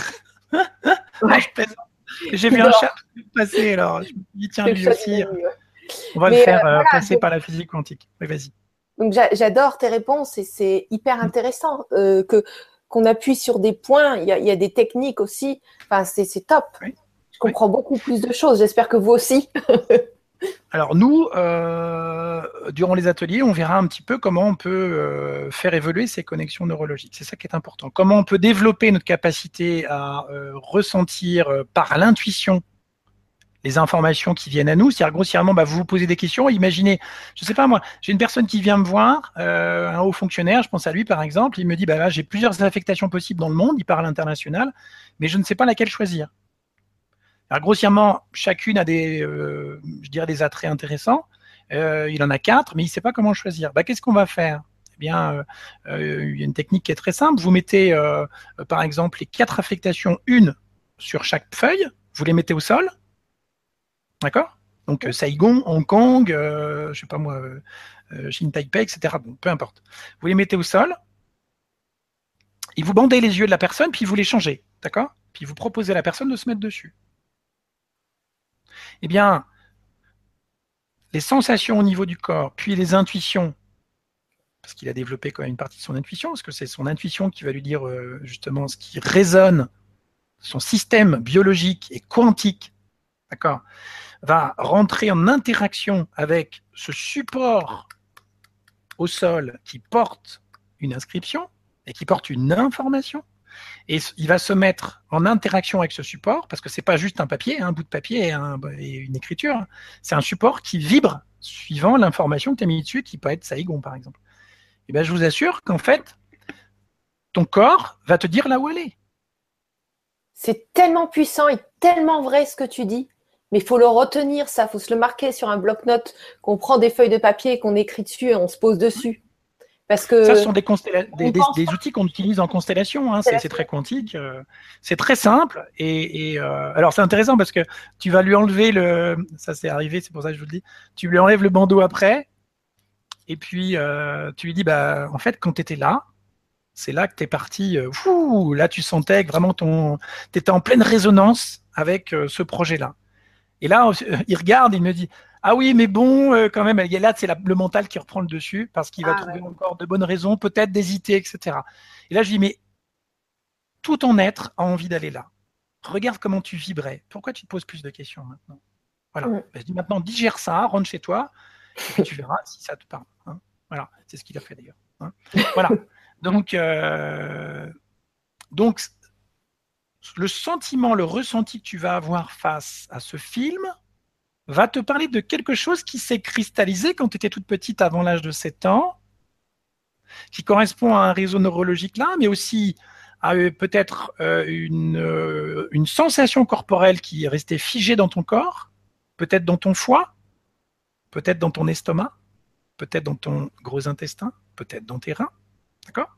Non, je Ouais, plaisante. J'ai qui vu un dort. chat passer, alors je me suis dit, tiens, C'est le lui chat du aussi, Manu, ouais. on va le Mais faire voilà, passer par la physique quantique. Oui, vas-y. donc j'adore tes réponses et c'est hyper Mm. intéressant que qu'on appuie sur des points. Il y a des techniques aussi. Enfin, c'est top. Oui, Je oui. comprends beaucoup plus de choses. J'espère que vous aussi. Alors nous, durant les ateliers, on verra un petit peu comment on peut faire évoluer ces connexions neurologiques. C'est ça qui est important. Comment on peut développer notre capacité à ressentir par l'intuition les informations qui viennent à nous. C'est-à-dire grossièrement, bah, vous vous posez des questions. Imaginez, je sais pas moi, j'ai une personne qui vient me voir, un haut fonctionnaire, je pense à lui par exemple, il me dit, bah là, j'ai plusieurs affectations possibles dans le monde, il parle international, mais je ne sais pas laquelle choisir. Alors, grossièrement, chacune a je dirais des attraits intéressants. Il en a 4, mais il ne sait pas comment choisir. Bah, qu'est-ce qu'on va faire? Eh bien, il y a une technique qui est très simple. Vous mettez, par exemple, les 4 affectations, une sur chaque feuille. Vous les mettez au sol, d'accord? Donc, Saigon, Hong Kong, je ne sais pas moi, Chine, Taipei, etc. Bon, peu importe. Vous les mettez au sol. Et vous bandez les yeux de la personne, puis vous les changez, d'accord? Puis vous proposez à la personne de se mettre dessus. Eh bien, les sensations au niveau du corps, puis les intuitions, parce qu'il a développé quand même une partie de son intuition, parce que c'est son intuition qui va lui dire justement ce qui résonne, son système biologique et quantique, d'accord, va rentrer en interaction avec ce support au sol qui porte une inscription et qui porte une information. Et il va se mettre en interaction avec ce support, parce que c'est pas juste un papier, un bout de papier et une écriture, c'est un support qui vibre suivant l'information que tu as mis dessus, qui peut être Saigon par exemple. Et bien je vous assure qu'en fait, ton corps va te dire là où elle est. C'est tellement puissant et tellement vrai ce que tu dis. Mais il faut le retenir, ça. Il faut se le marquer sur un bloc-notes, qu'on prend des feuilles de papier, qu'on écrit dessus et on se pose dessus. Parce Ça, ce que sont on n'y pense des outils qu'on utilise en constellation. Hein. pas. C'est très quantique. C'est très simple. Alors, c'est intéressant parce que tu vas lui enlever le. Ça, c'est arrivé, c'est pour ça que je vous le dis. Tu lui enlèves le bandeau après. Et puis, tu lui dis, bah, en fait, quand tu étais là, c'est là que tu es parti. Là, tu sentais que vraiment tu étais en pleine résonance avec ce projet-là. Et là, il regarde, il me dit, ah oui, mais bon, quand même, là, c'est le mental qui reprend le dessus parce qu'il va Ah trouver ouais. encore de bonnes raisons, peut-être d'hésiter, etc. Et là, je dis, mais tout ton être a envie d'aller là. Regarde comment tu vibrais. Pourquoi tu te poses plus de questions maintenant? Voilà. Mm. Ben, je dis maintenant, digère ça, rentre chez toi, et puis tu verras si ça te parle. Hein. Voilà, c'est ce qu'il a fait d'ailleurs. Hein. Voilà. Donc, le sentiment, le ressenti que tu vas avoir face à ce film va te parler de quelque chose qui s'est cristallisé quand tu étais toute petite avant l'âge de 7 ans, qui correspond à un réseau neurologique là, mais aussi à peut-être une sensation corporelle qui est restée figée dans ton corps, peut-être dans ton foie, peut-être dans ton estomac, peut-être dans ton gros intestin, peut-être dans tes reins. D'accord?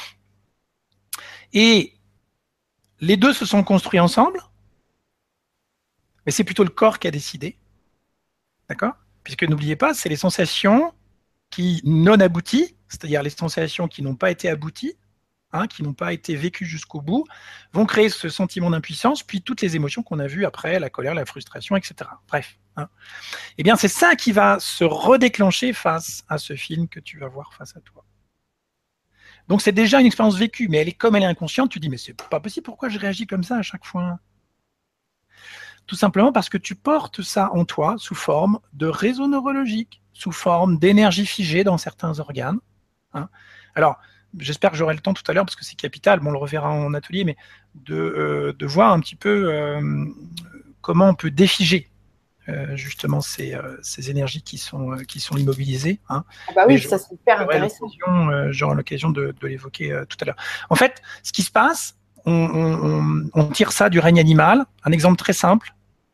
Et les deux se sont construits ensemble, mais c'est plutôt le corps qui a décidé. D'accord? Puisque n'oubliez pas, c'est les sensations qui non abouties, c'est-à-dire les sensations qui n'ont pas été abouties, hein, qui n'ont pas été vécues jusqu'au bout, vont créer ce sentiment d'impuissance, puis toutes les émotions qu'on a vues après, la colère, la frustration, etc. Bref. Hein. Eh bien, c'est ça qui va se redéclencher face à ce film que tu vas voir face à toi. Donc, c'est déjà une expérience vécue, mais comme elle est inconsciente, tu dis, mais c'est pas possible, pourquoi je réagis comme ça à chaque fois? Tout simplement parce que tu portes ça en toi sous forme de réseau neurologique, sous forme d'énergie figée dans certains organes. Hein. Alors, j'espère que j'aurai le temps tout à l'heure, parce que c'est capital, bon, on le reverra en atelier, mais de voir un petit peu comment on peut défiger justement ces énergies qui sont immobilisées. Hein. Ah bah oui, ça c'est hyper intéressant. J'aurai l'occasion de l'évoquer tout à l'heure. En fait, ce qui se passe, on tire ça du règne animal. Un exemple très simple.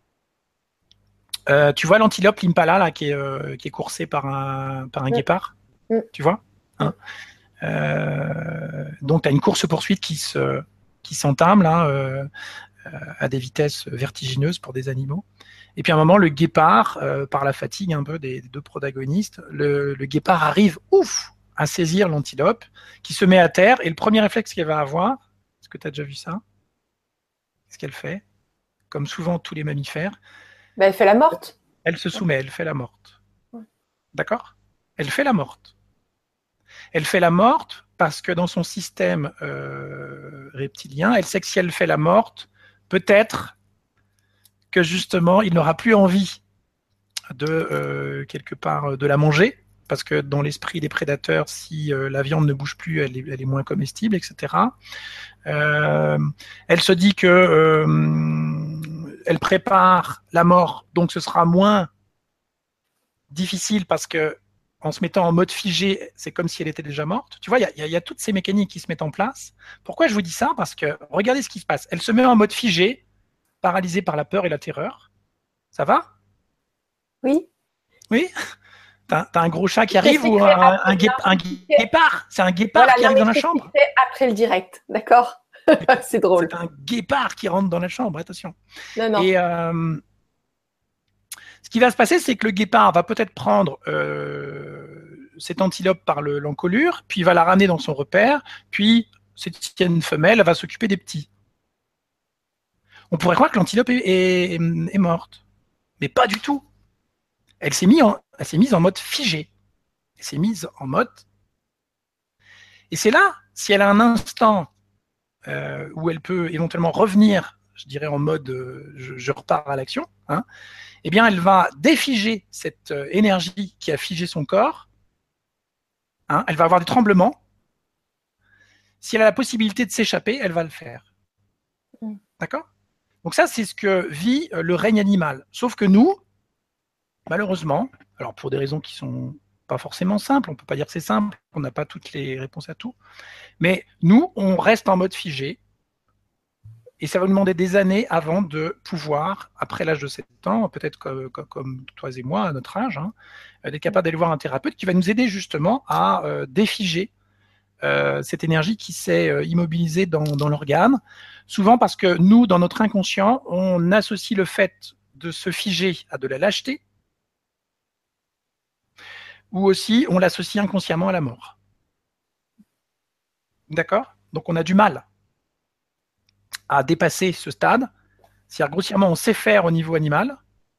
Tu vois l'antilope, l'impala, là, qui est coursé par un guépard. Tu vois, hein. Donc, tu as une course-poursuite qui s'entame là, à des vitesses vertigineuses pour des animaux. Et puis à un moment, le guépard, par la fatigue un peu des deux protagonistes, le guépard arrive, à saisir l'antilope, qui se met à terre, et le premier réflexe qu'elle va avoir, est-ce que tu as déjà vu ça? Qu'est-ce qu'elle fait? Comme souvent tous les mammifères. Ben, elle fait la morte. Elle se soumet, elle fait la morte. D'accord? Elle fait la morte. Elle fait la morte parce que dans son système reptilien, elle sait que si elle fait la morte, peut-être que justement, il n'aura plus envie de quelque part de la manger, parce que dans l'esprit des prédateurs, si la viande ne bouge plus, elle est moins comestible, etc. Elle se dit que elle prépare la mort, donc ce sera moins difficile parce que en se mettant en mode figé, c'est comme si elle était déjà morte. Tu vois, il y a toutes ces mécaniques qui se mettent en place. Pourquoi je vous dis ça? Parce que regardez ce qui se passe. Elle se met en mode figé, paralysée par la peur et la terreur. Ça va? Oui. Oui. T'as un gros chat qui arrive ou un guépard? C'est un guépard qui arrive dans la chambre? Après le direct, d'accord. C'est drôle. C'est un guépard qui rentre dans la chambre, attention. Non. Et ce qui va se passer, c'est que le guépard va peut-être prendre cette antilope par l'encolure, puis il va la ramener dans son repère, puis cette chienne femelle va s'occuper des petits. On pourrait croire que l'antilope est morte, mais pas du tout. Elle s'est mise en mode figé. Elle s'est mise en mode. Et c'est là, si elle a un instant où elle peut éventuellement revenir, je dirais en mode je repars à l'action, hein, eh bien elle va défiger cette énergie qui a figé son corps. Hein, elle va avoir des tremblements. Si elle a la possibilité de s'échapper, elle va le faire. D'accord? Donc ça, c'est ce que vit le règne animal. Sauf que nous, malheureusement, alors pour des raisons qui sont pas forcément simples, on peut pas dire que c'est simple, on n'a pas toutes les réponses à tout, mais nous, on reste en mode figé, et ça va nous demander des années avant de pouvoir, après l'âge de 7 ans, peut-être comme toi et moi, à notre âge, hein, d'être capable d'aller voir un thérapeute qui va nous aider justement à défiger cette énergie qui s'est immobilisée dans l'organe, souvent parce que nous, dans notre inconscient, on associe le fait de se figer à de la lâcheté, ou aussi on l'associe inconsciemment à la mort. D'accord? Donc on a du mal à dépasser ce stade. C'est-à-dire grossièrement, on sait faire au niveau animal,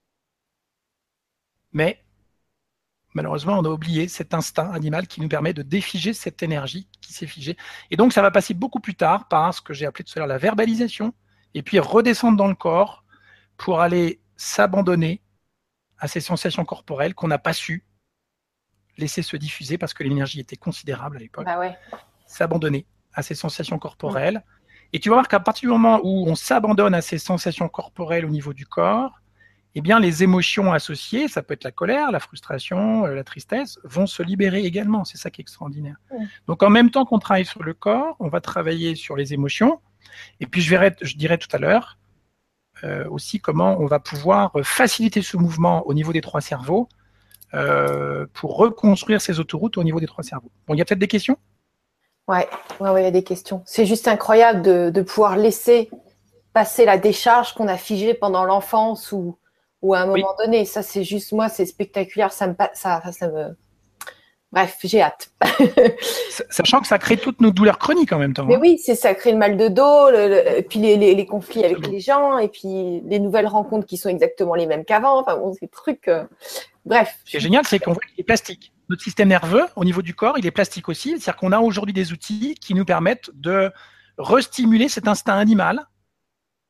mais malheureusement, on a oublié cet instinct animal qui nous permet de défiger cette énergie qui s'est figée. Et donc, ça va passer beaucoup plus tard par ce que j'ai appelé tout à l'heure la verbalisation, et puis redescendre dans le corps pour aller s'abandonner à ces sensations corporelles qu'on n'a pas su laisser se diffuser parce que l'énergie était considérable à l'époque. Bah ouais. S'abandonner à ces sensations corporelles. Et tu vas voir qu'à partir du moment où on s'abandonne à ces sensations corporelles au niveau du corps, eh bien, les émotions associées, ça peut être la colère, la frustration, la tristesse, vont se libérer également. C'est ça qui est extraordinaire. Donc, en même temps qu'on travaille sur le corps, on va travailler sur les émotions. Et puis, je dirais tout à l'heure aussi comment on va pouvoir faciliter ce mouvement au niveau des trois cerveaux pour reconstruire ces autoroutes au niveau des trois cerveaux. Bon, il y a peut-être des questions? Ouais, il y a des questions. C'est juste incroyable de pouvoir laisser passer la décharge qu'on a figée pendant l'enfance ou à un moment donné. Ça, c'est juste, moi, c'est spectaculaire. Ça me... Bref, j'ai hâte. Sachant que ça crée toutes nos douleurs chroniques en même temps. Mais oui, ça crée le mal de dos, puis les conflits avec les gens, et puis les nouvelles rencontres qui sont exactement les mêmes qu'avant. Enfin bon, ces trucs... Bref. Ce qui est génial, c'est qu'on voit qu'il est plastique. Notre système nerveux, au niveau du corps, il est plastique aussi. C'est-à-dire qu'on a aujourd'hui des outils qui nous permettent de restimuler cet instinct animal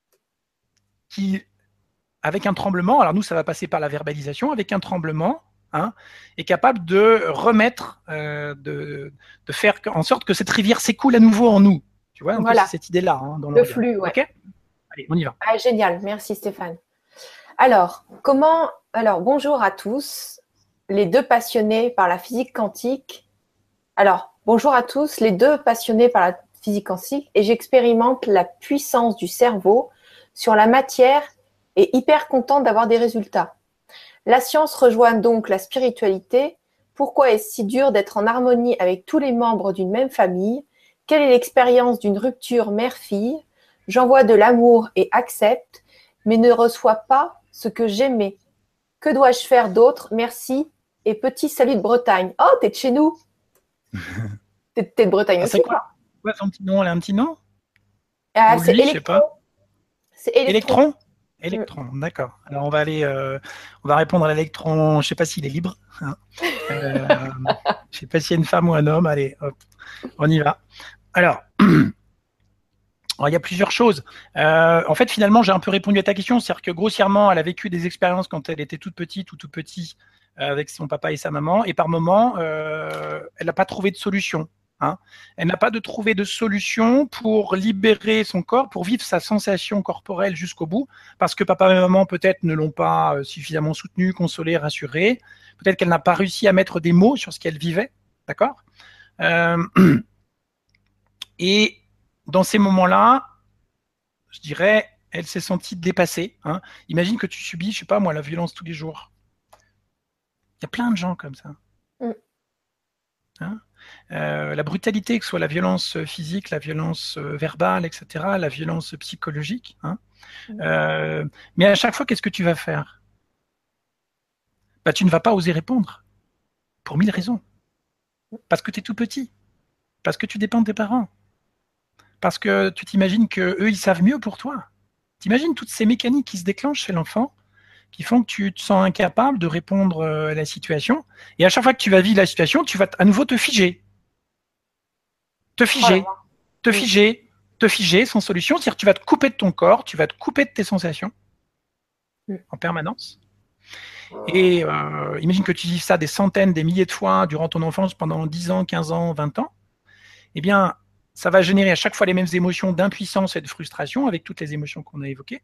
qui, avec un tremblement, alors nous, ça va passer par la verbalisation, avec un tremblement, hein, est capable de remettre, de faire en sorte que cette rivière s'écoule à nouveau en nous. Tu vois, un peu Voilà, c'est cette idée-là hein, dans le l'organe. flux, ouais. Ok. Allez, on y va. Ah, génial, merci Stéphane. Alors, bonjour à tous, les deux passionnés par la physique quantique. Alors, bonjour à tous, les deux passionnés par la physique quantique, et j'expérimente la puissance du cerveau sur la matière et hyper contente d'avoir des résultats. La science rejoint donc la spiritualité. Pourquoi est-ce si dur d'être en harmonie avec tous les membres d'une même famille? Quelle est l'expérience d'une rupture mère-fille? J'envoie de l'amour et accepte, mais ne reçois pas ce que j'aimais. Que dois-je faire d'autre? Merci et petit salut de Bretagne. Oh, t'es de chez nous. T'es de Bretagne Ah, aussi, c'est quoi? quoi. Ouais, son petit nom, elle a un petit nom? Ah, Ou c'est lui, je sais électron. pas. C'est électron. Électron? Électron, d'accord. Alors on va aller, on va répondre à l'électron. Je sais pas s'il est libre. Hein. Je sais pas s'il y a une femme ou un homme. Allez, hop, on y va. Alors, il y a plusieurs choses. En fait, finalement, j'ai un peu répondu à ta question. C'est-à-dire que grossièrement, elle a vécu des expériences quand elle était toute petite ou tout petit avec son papa et sa maman. Et par moment, elle n'a pas trouvé de solution. Hein. Elle n'a pas trouvé de solution pour libérer son corps, pour vivre sa sensation corporelle jusqu'au bout, parce que papa et maman peut-être ne l'ont pas suffisamment soutenue, consolée, rassurée. Peut-être qu'elle n'a pas réussi à mettre des mots sur ce qu'elle vivait. D'accord Et dans ces moments-là, je dirais, elle s'est sentie dépassée. Hein. Imagine que tu subis, je sais pas moi, la violence tous les jours. Il y a plein de gens comme ça. Hein. La brutalité, que ce soit la violence physique, la violence verbale, etc., la violence psychologique. Hein. Mais à chaque fois, qu'est-ce que tu vas faire? Bah, tu ne vas pas oser répondre, pour 1000 raisons. Parce que tu es tout petit, parce que tu dépends de tes parents, parce que tu t'imagines qu'eux, ils savent mieux pour toi. T'imagines toutes ces mécaniques qui se déclenchent chez l'enfant, qui font que tu te sens incapable de répondre à la situation. Et à chaque fois que tu vas vivre la situation, tu vas à nouveau te figer. Te figer, te figer, te figer sans solution. C'est-à-dire que tu vas te couper de ton corps, tu vas te couper de tes sensations en permanence. Et imagine que tu vives ça des centaines, des milliers de fois durant ton enfance pendant 10 ans, 15 ans, 20 ans. Eh bien, ça va générer à chaque fois les mêmes émotions d'impuissance et de frustration avec toutes les émotions qu'on a évoquées.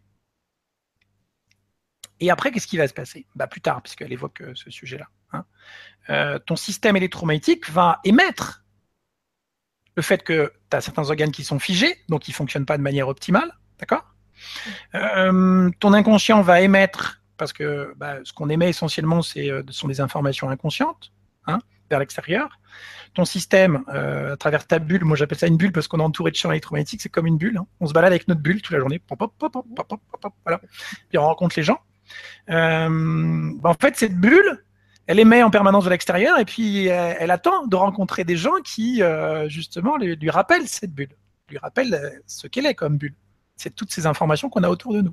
Et après, qu'est-ce qui va se passer? Bah, plus tard, puisqu'elle évoque ce sujet-là. Hein. Ton système électromagnétique va émettre le fait que tu as certains organes qui sont figés, donc qui ne fonctionnent pas de manière optimale. D'accord ton inconscient va émettre, parce que ce qu'on émet essentiellement, ce sont des informations inconscientes hein, vers l'extérieur. Ton système, à travers ta bulle, moi j'appelle ça une bulle parce qu'on est entouré de champs électromagnétiques, c'est comme une bulle. Hein. On se balade avec notre bulle toute la journée. Pop, pop, pop, pop, pop, pop, voilà. Puis on rencontre les gens. En fait, cette bulle, elle émet en permanence de l'extérieur et puis elle attend de rencontrer des gens qui, justement, lui rappellent cette bulle, lui rappellent ce qu'elle est comme bulle. C'est toutes ces informations qu'on a autour de nous.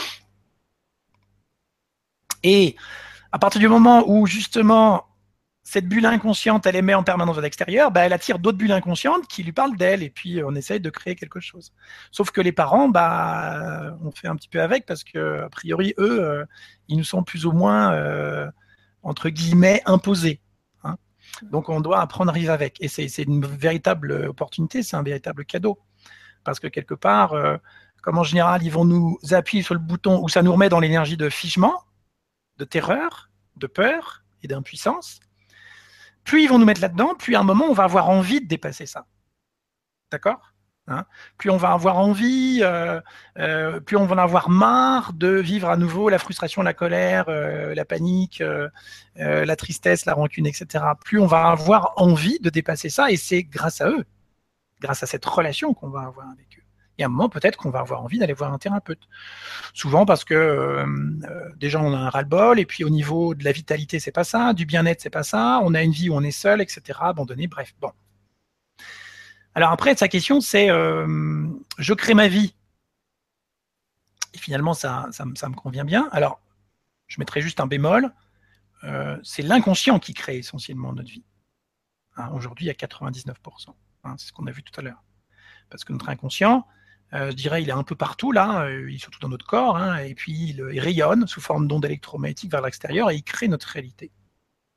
Et à partir du moment où, justement, cette bulle inconsciente, elle émet en permanence de l'extérieur, elle attire d'autres bulles inconscientes qui lui parlent d'elle et puis on essaye de créer quelque chose. Sauf que les parents, on fait un petit peu avec parce que, a priori, eux, ils nous sont plus ou moins, entre guillemets, imposés. Hein. Donc on doit apprendre à vivre avec. Et c'est une véritable opportunité, c'est un véritable cadeau. Parce que quelque part, comme en général, ils vont nous appuyer sur le bouton où ça nous remet dans l'énergie de figement, de terreur, de peur et d'impuissance. Plus ils vont nous mettre là-dedans, plus à un moment, on va avoir envie de dépasser ça. D'accord hein. Plus on va avoir envie, plus on va en avoir marre de vivre à nouveau la frustration, la colère, la panique, la tristesse, la rancune, etc. Plus on va avoir envie de dépasser ça, et c'est grâce à eux, grâce à cette relation qu'on va avoir avec eux. Et à un moment, peut-être qu'on va avoir envie d'aller voir un thérapeute. Souvent parce que déjà, on a un ras-le-bol, et puis au niveau de la vitalité, c'est pas ça, du bien-être, c'est pas ça, on a une vie où on est seul, etc., abandonné, bref, bon. Alors après, sa question, c'est je crée ma vie. Et finalement, ça me convient bien. Alors, je mettrai juste un bémol. C'est l'inconscient qui crée essentiellement notre vie. Hein, aujourd'hui, il y a 99%. Hein, c'est ce qu'on a vu tout à l'heure. Parce que notre inconscient, je dirais, il est un peu partout, là, il est surtout dans notre corps, hein, et puis il rayonne sous forme d'ondes électromagnétiques vers l'extérieur et il crée notre réalité.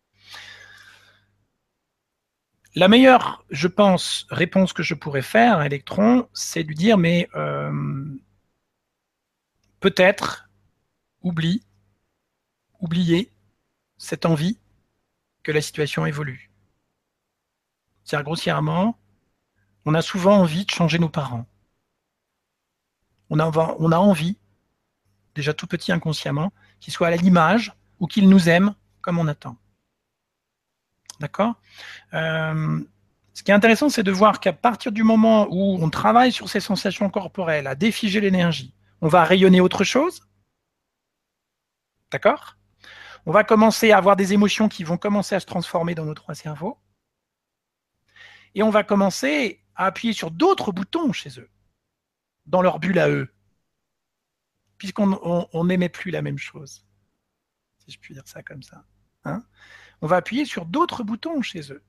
La meilleure, je pense, réponse que je pourrais faire à Electron, c'est de lui dire, mais peut-être oublier cette envie que la situation évolue. C'est-à-dire, grossièrement, on a souvent envie de changer nos parents. On a envie, déjà tout petit inconsciemment, qu'ils soient à l'image ou qu'ils nous aiment comme on attend. D'accord Ce qui est intéressant, c'est de voir qu'à partir du moment où on travaille sur ces sensations corporelles, à défiger l'énergie, on va rayonner autre chose. D'accord? On va commencer à avoir des émotions qui vont commencer à se transformer dans nos trois cerveaux. Et on va commencer à appuyer sur d'autres boutons chez eux, dans leur bulle à eux, puisqu'on n'aimait plus la même chose, si je puis dire ça comme ça. Hein? On va appuyer sur d'autres boutons chez eux.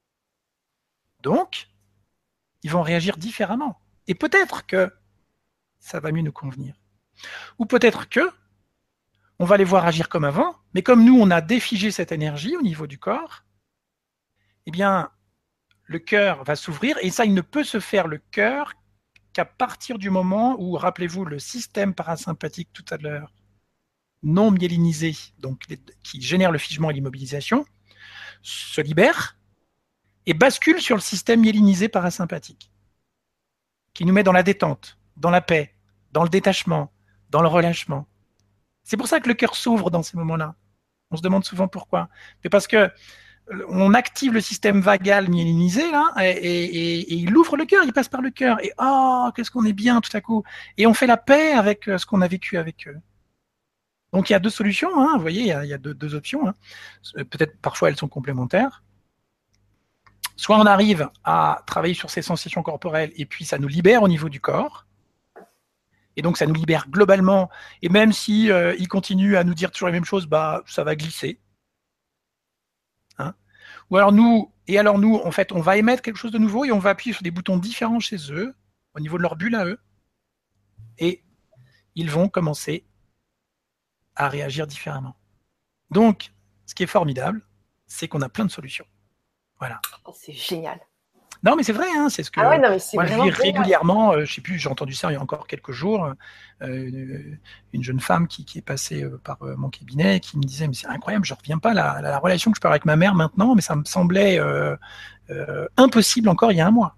Donc, ils vont réagir différemment. Et peut-être que ça va mieux nous convenir. Ou peut-être que on va les voir agir comme avant, mais comme nous, on a défigé cette énergie au niveau du corps, eh bien, le cœur va s'ouvrir, et ça, il ne peut se faire le cœur qu'à partir du moment où, rappelez-vous, le système parasympathique tout à l'heure, non myélinisé, donc qui génère le figement et l'immobilisation, se libère et bascule sur le système myélinisé parasympathique, qui nous met dans la détente, dans la paix, dans le détachement, dans le relâchement. C'est pour ça que le cœur s'ouvre dans ces moments-là. On se demande souvent pourquoi. Mais parce que on active le système vagal myélinisé là, et il ouvre le cœur, il passe par le cœur. Et oh, qu'est-ce qu'on est bien tout à coup. Et on fait la paix avec ce qu'on a vécu avec eux. Donc il y a deux solutions, hein, vous voyez, il y a deux options. Hein. Peut-être parfois elles sont complémentaires. Soit on arrive à travailler sur ces sensations corporelles et puis ça nous libère au niveau du corps. Et donc ça nous libère globalement. Et même si il continue à nous dire toujours les mêmes choses, bah ça va glisser. Hein. Ou alors nous, en fait, on va émettre quelque chose de nouveau et on va appuyer sur des boutons différents chez eux, au niveau de leur bulle à eux, et ils vont commencer à réagir différemment. Donc, ce qui est formidable, c'est qu'on a plein de solutions. Voilà. Oh, c'est génial. Non, mais c'est vrai, hein, c'est ce que Ah ouais, non, mais c'est moi je vis vraiment génial. régulièrement. Je sais plus, j'ai entendu ça il y a encore quelques jours. Une jeune femme qui est passée par mon cabinet et qui me disait mais c'est incroyable, je reviens pas à la relation que je peux avoir avec ma mère maintenant, mais ça me semblait impossible encore il y a un mois.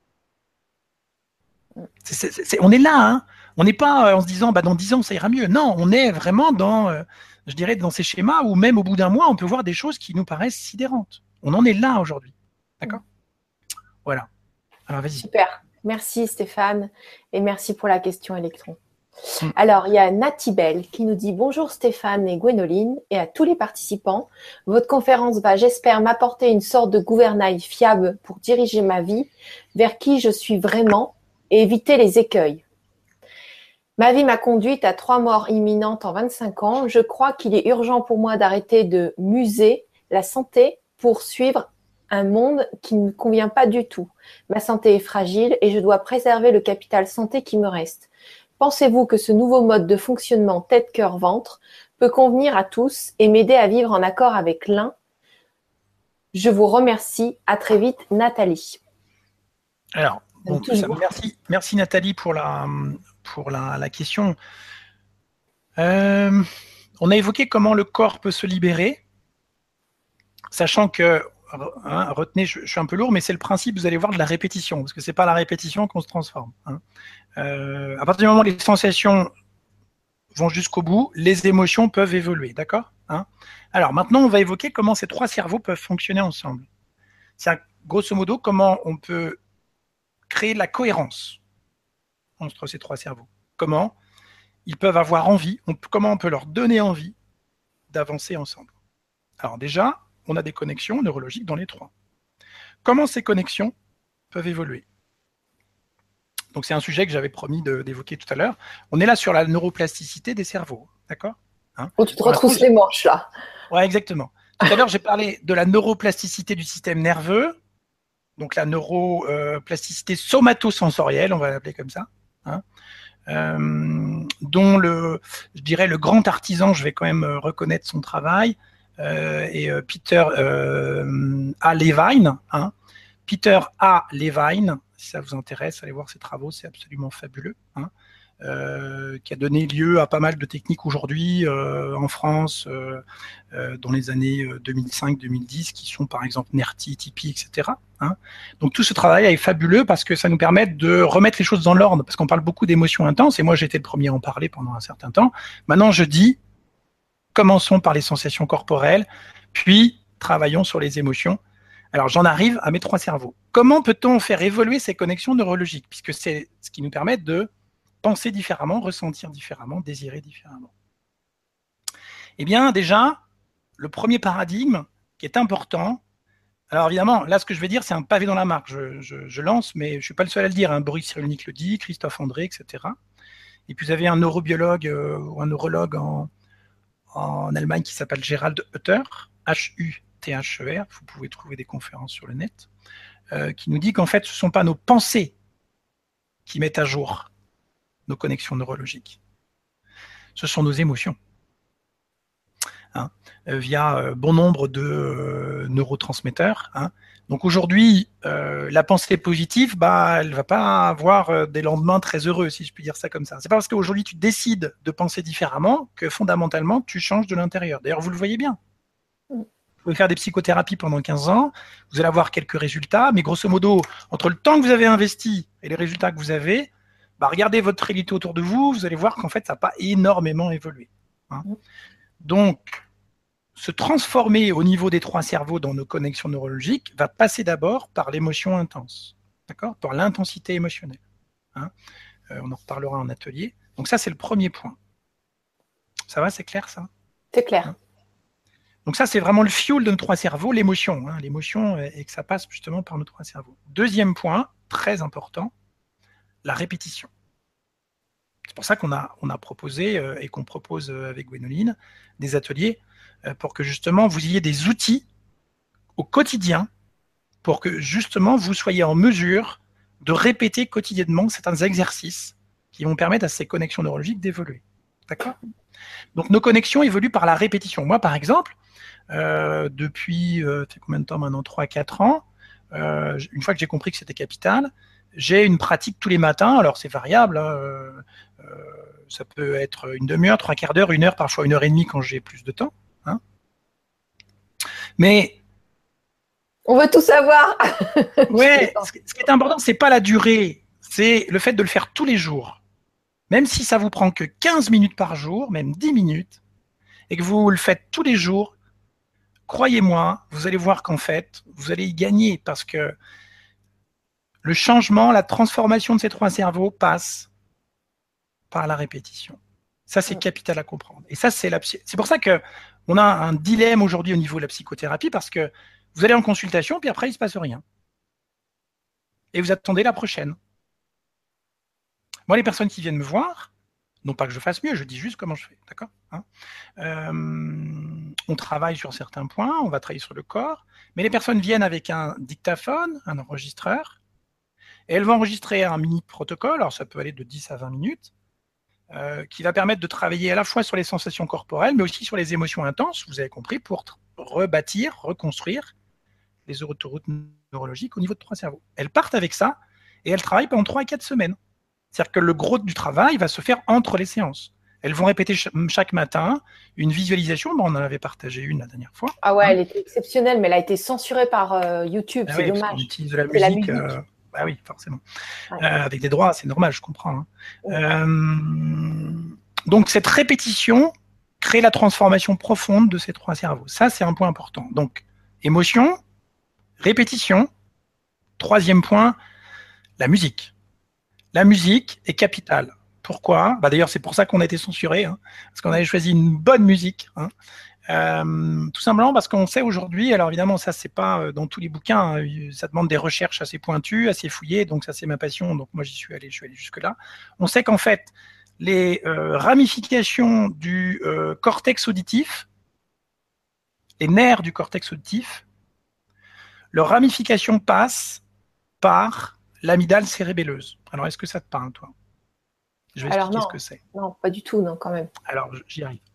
On est là, hein. On n'est pas en se disant bah dans 10 ans ça ira mieux. Non, on est vraiment dans, je dirais, dans ces schémas où même au bout d'un mois on peut voir des choses qui nous paraissent sidérantes. On en est là aujourd'hui, d'accord? Voilà. Alors, vas-y. Super. Merci Stéphane et merci pour la question Electron. Alors, il y a Natibel qui nous dit « Bonjour Stéphane et Gwénoline et à tous les participants. Votre conférence va, j'espère, m'apporter une sorte de gouvernail fiable pour diriger ma vie vers qui je suis vraiment et éviter les écueils. Ma vie m'a conduite à 3 morts imminentes en 25 ans. Je crois qu'il est urgent pour moi d'arrêter de muser la santé pour suivre un monde qui ne me convient pas du tout. Ma santé est fragile et je dois préserver le capital santé qui me reste. Pensez-vous que ce nouveau mode de fonctionnement tête, cœur, ventre peut convenir à tous et m'aider à vivre en accord avec l'un? Je vous remercie. À très vite, Nathalie. » Alors, donc, merci Nathalie pour la question. On a évoqué comment le corps peut se libérer, sachant que hein, retenez, je suis un peu lourd, mais c'est le principe, vous allez voir, de la répétition, parce que c'est pas la répétition qu'on se transforme. Hein. À partir du moment où les sensations vont jusqu'au bout, les émotions peuvent évoluer, d'accord, hein. Alors maintenant, on va évoquer comment ces trois cerveaux peuvent fonctionner ensemble. C'est grosso modo comment on peut créer de la cohérence entre ces trois cerveaux. Comment ils peuvent avoir envie, comment on peut leur donner envie d'avancer ensemble. Alors déjà, on a des connexions neurologiques dans les trois. Comment ces connexions peuvent évoluer? Donc c'est un sujet que j'avais promis d'évoquer tout à l'heure. On est là sur la neuroplasticité des cerveaux, d'accord, hein? Oh, tu te retrousses les manches là. Ouais, exactement. Tout à l'heure, j'ai parlé de la neuroplasticité du système nerveux, donc la neuroplasticité somatosensorielle, on va l'appeler comme ça, hein, dont je dirais le grand artisan, je vais quand même reconnaître son travail, et Peter A. Levine. Hein. Peter A. Levine, si ça vous intéresse, allez voir ses travaux, c'est absolument fabuleux. Hein. Qui a donné lieu à pas mal de techniques aujourd'hui en France dans les années 2005-2010, qui sont par exemple NERTI, TIPI, etc. Hein. Donc tout ce travail est fabuleux parce que ça nous permet de remettre les choses dans l'ordre, parce qu'on parle beaucoup d'émotions intenses, et moi j'étais le premier à en parler pendant un certain temps. Maintenant je dis, commençons par les sensations corporelles, puis travaillons sur les émotions. Alors j'en arrive à mes 3 cerveaux. Comment peut-on faire évoluer ces connexions neurologiques, puisque c'est ce qui nous permet de penser différemment, ressentir différemment, désirer différemment. Eh bien, déjà, le premier paradigme qui est important, alors évidemment, là, ce que je vais dire, c'est un pavé dans la mare. Je lance, mais je ne suis pas le seul à le dire. Hein. Boris Cyrulnik le dit, Christophe André, etc. Et puis, vous avez un neurobiologue ou un neurologue en Allemagne qui s'appelle Gerald Hutter, H-U-T-H-E-R, vous pouvez trouver des conférences sur le net, qui nous dit qu'en fait, ce ne sont pas nos pensées qui mettent à jour nos connexions neurologiques. Ce sont nos émotions. Hein, via bon nombre de neurotransmetteurs. Hein. Donc aujourd'hui, la pensée positive, elle ne va pas avoir des lendemains très heureux, si je puis dire ça comme ça. C'est pas parce qu'aujourd'hui tu décides de penser différemment que fondamentalement tu changes de l'intérieur. D'ailleurs, vous le voyez bien. Vous pouvez faire des psychothérapies pendant 15 ans, vous allez avoir quelques résultats, mais grosso modo, entre le temps que vous avez investi et les résultats que vous avez, regardez votre réalité autour de vous, vous allez voir qu'en fait, ça n'a pas énormément évolué. Hein. Donc, se transformer au niveau des 3 cerveaux dans nos connexions neurologiques va passer d'abord par l'émotion intense, d'accord, par l'intensité émotionnelle. Hein. On en reparlera en atelier. Donc ça, c'est le premier point. Ça va, c'est clair ça? C'est clair. Hein. Donc ça, c'est vraiment le fuel de nos 3 cerveaux, l'émotion. Hein, l'émotion, et que ça passe justement par nos 3 cerveaux. Deuxième point, très important, la répétition. C'est pour ça qu'on a proposé et qu'on propose avec Gwénoline des ateliers pour que justement vous ayez des outils au quotidien pour que justement vous soyez en mesure de répéter quotidiennement certains exercices qui vont permettre à ces connexions neurologiques d'évoluer. D'accord ? Donc nos connexions évoluent par la répétition. Moi, par exemple, depuis ça fait combien de temps maintenant, 3-4 ans, une fois que j'ai compris que c'était capital, j'ai une pratique tous les matins. Alors c'est variable, hein, ça peut être une demi-heure, 3/4 d'heure, 1 heure, parfois 1h30 quand j'ai plus de temps. Hein. Mais on veut tout savoir. Ouais, ce qui est important, c'est pas la durée, c'est le fait de le faire tous les jours. Même si ça vous prend que 15 minutes par jour, même 10 minutes, et que vous le faites tous les jours, croyez-moi, vous allez voir qu'en fait, vous allez y gagner parce que le changement, la transformation de ces 3 cerveaux passe par la répétition. Ça, c'est capital à comprendre. Et ça, c'est pour ça qu'on a un dilemme aujourd'hui au niveau de la psychothérapie parce que vous allez en consultation, puis après, il ne se passe rien. Et vous attendez la prochaine. Moi, les personnes qui viennent me voir, non pas que je fasse mieux, je dis juste comment je fais, d'accord, hein, on travaille sur certains points, on va travailler sur le corps, mais les personnes viennent avec un dictaphone, un enregistreur, et elles vont enregistrer un mini protocole, alors ça peut aller de 10 à 20 minutes, qui va permettre de travailler à la fois sur les sensations corporelles, mais aussi sur les émotions intenses, vous avez compris, pour rebâtir, reconstruire les autoroutes neurologiques au niveau de 3 cerveaux. Elles partent avec ça, et elles travaillent pendant 3 à 4 semaines. C'est-à-dire que le gros du travail va se faire entre les séances. Elles vont répéter chaque matin une visualisation. On en avait partagé une la dernière fois. Ah ouais, elle était exceptionnelle, mais elle a été censurée par YouTube. C'est dommage. On utilise de la musique. Bah oui, forcément. Ouais. Avec des droits, c'est normal, je comprends. Hein. Ouais. Donc cette répétition crée la transformation profonde de ces 3 cerveaux. Ça, c'est un point important. Donc, émotion, répétition. 3e point, la musique. La musique est capitale. Pourquoi ? D'ailleurs, c'est pour ça qu'on a été censuré, hein, parce qu'on avait choisi une bonne musique. Hein. Tout simplement parce qu'on sait aujourd'hui, alors évidemment, ça, c'est pas dans tous les bouquins, hein, ça demande des recherches assez pointues, assez fouillées, donc ça, c'est ma passion, donc moi, je suis allé jusque-là. On sait qu'en fait, les ramifications du cortex auditif, les nerfs du cortex auditif, leur ramification passe par l'amygdale cérébelleuse. Alors, est-ce que ça te parle, toi ? Je vais expliquer ce que c'est. Non, pas du tout, non, quand même. Alors, j'y arrive.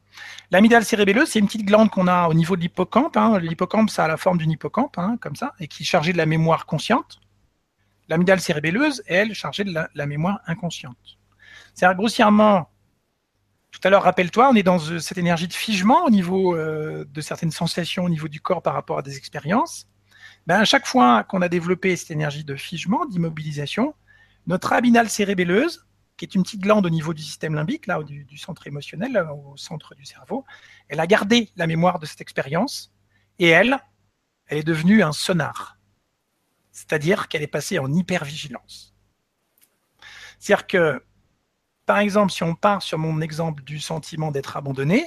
L'amygdale cérébelleuse, c'est une petite glande qu'on a au niveau de l'hippocampe. L'hippocampe, ça a la forme d'une hippocampe, comme ça, et qui est chargée de la mémoire consciente. L'amygdale cérébelleuse, elle, chargée de la mémoire inconsciente. C'est-à-dire, grossièrement, tout à l'heure, rappelle-toi, on est dans cette énergie de figement au niveau de certaines sensations au niveau du corps par rapport à des expériences. À chaque fois qu'on a développé cette énergie de figement, d'immobilisation, notre amygdale cérébelleuse, qui est une petite glande au niveau du système limbique, là, du centre émotionnel, là, au centre du cerveau, elle a gardé la mémoire de cette expérience et elle est devenue un sonar. C'est-à-dire qu'elle est passée en hypervigilance. C'est-à-dire que, par exemple, si on part sur mon exemple du sentiment d'être abandonné,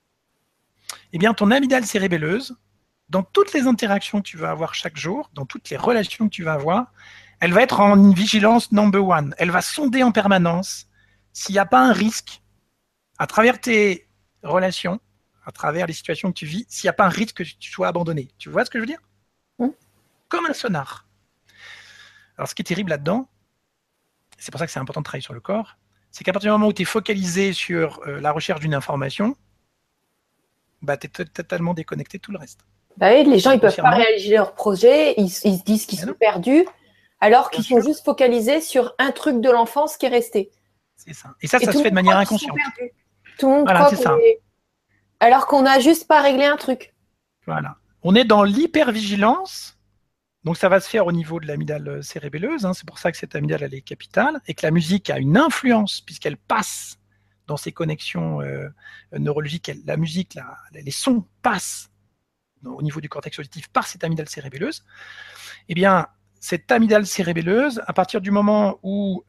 eh bien, ton amygdale cérébelleuse, dans toutes les interactions que tu vas avoir chaque jour, dans toutes les relations que tu vas avoir, elle va être en vigilance number one. Elle va sonder en permanence s'il n'y a pas un risque, à travers tes relations, à travers les situations que tu vis, s'il n'y a pas un risque que tu sois abandonné. Tu vois ce que je veux dire ? Comme un sonar. Alors, ce qui est terrible là-dedans, c'est pour ça que c'est important de travailler sur le corps, c'est qu'à partir du moment où tu es focalisé sur la recherche d'une information, tu es totalement déconnecté de tout le reste. Oui, les gens, ils ne peuvent pas réaliser leur projet, ils se disent qu'ils sont perdus, alors qu'ils sont juste focalisés sur un truc de l'enfance qui est resté. C'est ça. Et ça se fait de manière inconsciente. Tout le monde croit qu'on est... Alors qu'on n'a juste pas réglé un truc. Voilà. On est dans l'hypervigilance. Donc, ça va se faire au niveau de l'amygdale cérébelleuse. C'est pour ça que cette amygdale, elle est capitale. Et que la musique a une influence, puisqu'elle passe dans ses connexions neurologiques. La musique, les sons passent au niveau du cortex auditif par cette amygdale cérébelleuse. Eh bien, cette amygdale cérébelleuse, à partir du moment où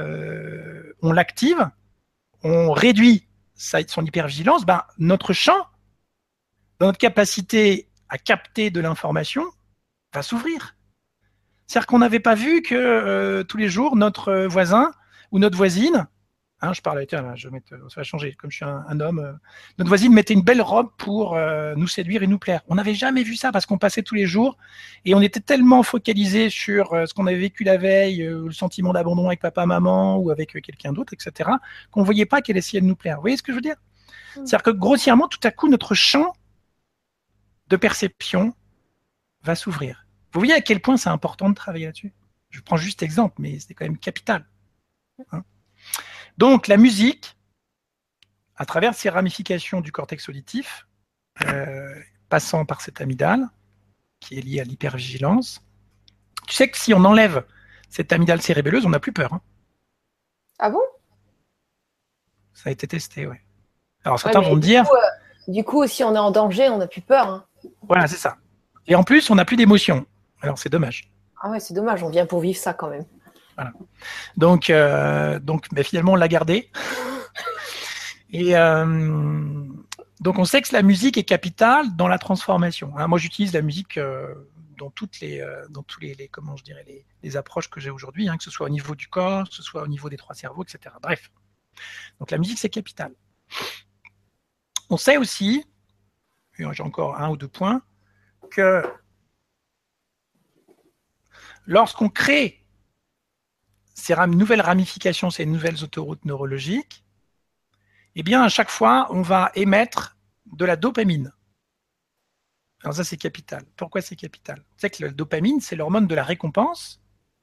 on l'active, on réduit son hypervigilance, notre champ, dans notre capacité à capter de l'information, va s'ouvrir. C'est-à-dire qu'on n'avait pas vu que tous les jours, notre voisin ou notre voisine, je parle, tiens, là, ça va changer, comme je suis un homme, notre voisine mettait une belle robe pour nous séduire et nous plaire. On n'avait jamais vu ça parce qu'on passait tous les jours et on était tellement focalisé sur ce qu'on avait vécu la veille, le sentiment d'abandon avec papa, maman ou avec quelqu'un d'autre, etc., qu'on ne voyait pas qu'elle essayait de nous plaire. Vous voyez ce que je veux dire ? C'est-à-dire que grossièrement, tout à coup, notre champ de perception va s'ouvrir. Vous voyez à quel point c'est important de travailler là-dessus ? Je prends juste exemple, mais c'est quand même capital. Donc, la musique, à travers ces ramifications du cortex auditif, passant par cette amygdale, qui est liée à l'hypervigilance, tu sais que si on enlève cette amygdale cérébelleuse, on n'a plus peur. Ah bon ? Ça a été testé, oui. Alors, certains vont me dire... Du coup, si on est en danger, on n'a plus peur. Voilà, c'est ça. Et en plus, on n'a plus d'émotion. Alors, c'est dommage. Ah ouais, c'est dommage, on vient pour vivre ça quand même. Voilà. Donc finalement, on l'a gardé. Et donc, on sait que la musique est capitale dans la transformation. Moi, j'utilise la musique dans tous les comment je dirais, les approches que j'ai aujourd'hui, que ce soit au niveau du corps, que ce soit au niveau des trois cerveaux, etc. Bref. Donc, la musique, c'est capital. On sait aussi, et j'ai encore 1 ou 2 points, que lorsqu'on crée ces nouvelles ramifications, ces nouvelles autoroutes neurologiques, eh bien, à chaque fois, on va émettre de la dopamine. Alors ça, c'est capital. Pourquoi c'est capital ? Vous savez que la dopamine, c'est l'hormone de la récompense,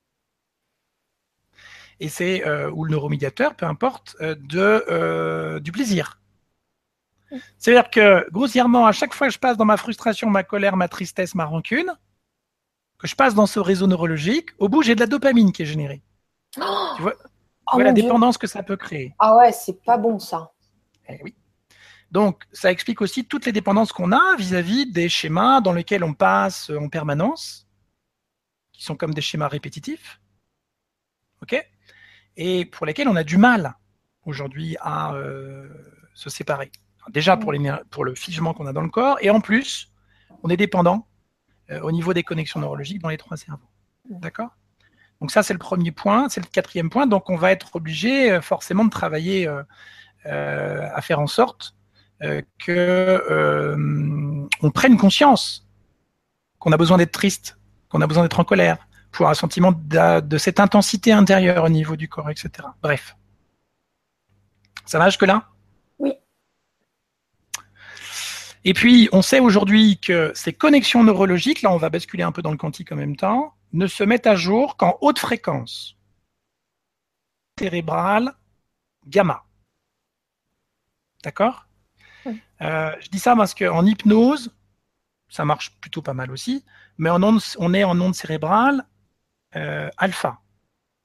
et c'est, ou le neuromédiateur, peu importe, du plaisir. C'est-à-dire que, grossièrement, à chaque fois que je passe dans ma frustration, ma colère, ma tristesse, ma rancune, que je passe dans ce réseau neurologique, au bout, j'ai de la dopamine qui est générée. Tu vois, la dépendance que ça peut créer. Ah ouais, c'est pas bon ça. Oui. Donc, ça explique aussi toutes les dépendances qu'on a vis-à-vis des schémas dans lesquels on passe en permanence, qui sont comme des schémas répétitifs, et pour lesquels on a du mal aujourd'hui à se séparer. Déjà pour le figement qu'on a dans le corps, et en plus, on est dépendant au niveau des connexions neurologiques dans les 3 cerveaux. D'accord ? Donc ça, c'est le premier point. C'est le 4e point. Donc, on va être obligé forcément de travailler à faire en sorte qu'on prenne conscience qu'on a besoin d'être triste, qu'on a besoin d'être en colère, pour avoir un sentiment de cette intensité intérieure au niveau du corps, etc. Bref. Ça va jusque-là ? Oui. Et puis, on sait aujourd'hui que ces connexions neurologiques, là on va basculer un peu dans le quantique en même temps, ne se mettent à jour qu'en haute fréquence cérébrale gamma. D'accord ? Je dis ça parce qu'en hypnose, ça marche plutôt pas mal aussi, mais on est en onde cérébrale alpha. D'accord ?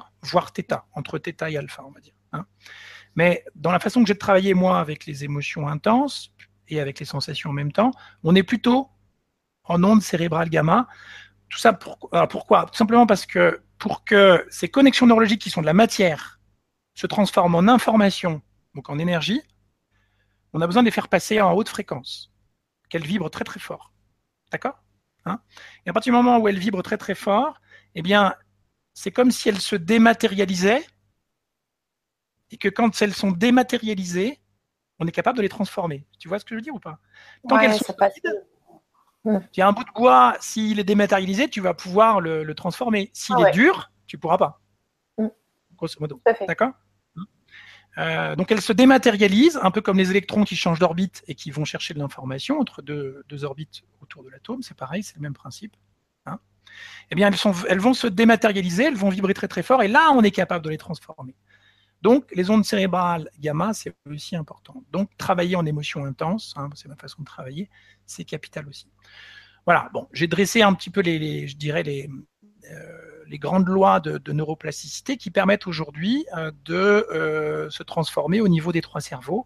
Voire θ, entre θ et alpha, on va dire. Hein. Mais dans la façon que j'ai de travailler, moi, avec les émotions intenses et avec les sensations en même temps, on est plutôt en onde cérébrale gamma. Tout ça, pourquoi ? Tout simplement parce que pour que ces connexions neurologiques qui sont de la matière se transforment en information, donc en énergie, on a besoin de les faire passer en haute fréquence, qu'elles vibrent très très fort. D'accord ? Hein ? Et à partir du moment où elles vibrent très très fort, eh bien, c'est comme si elles se dématérialisaient, et que quand elles sont dématérialisées, on est capable de les transformer. Tu vois ce que je veux dire ou pas ? Tant qu'elles sont solides, il y a un bout de bois, s'il est dématérialisé, tu vas pouvoir le transformer. S'il est dur, tu ne pourras pas. Grosso modo. D'accord ? Donc elles se dématérialisent, un peu comme les électrons qui changent d'orbite et qui vont chercher de l'information entre deux orbites autour de l'atome, c'est pareil, c'est le même principe. Hein. Eh bien, elles vont se dématérialiser, elles vont vibrer très très fort, et là, on est capable de les transformer. Donc, les ondes cérébrales gamma, c'est aussi important. Donc, travailler en émotion intense, hein, c'est ma façon de travailler, c'est capital aussi. Voilà, bon, j'ai dressé un petit peu je dirais les grandes lois de neuroplasticité qui permettent aujourd'hui de se transformer au niveau des trois cerveaux.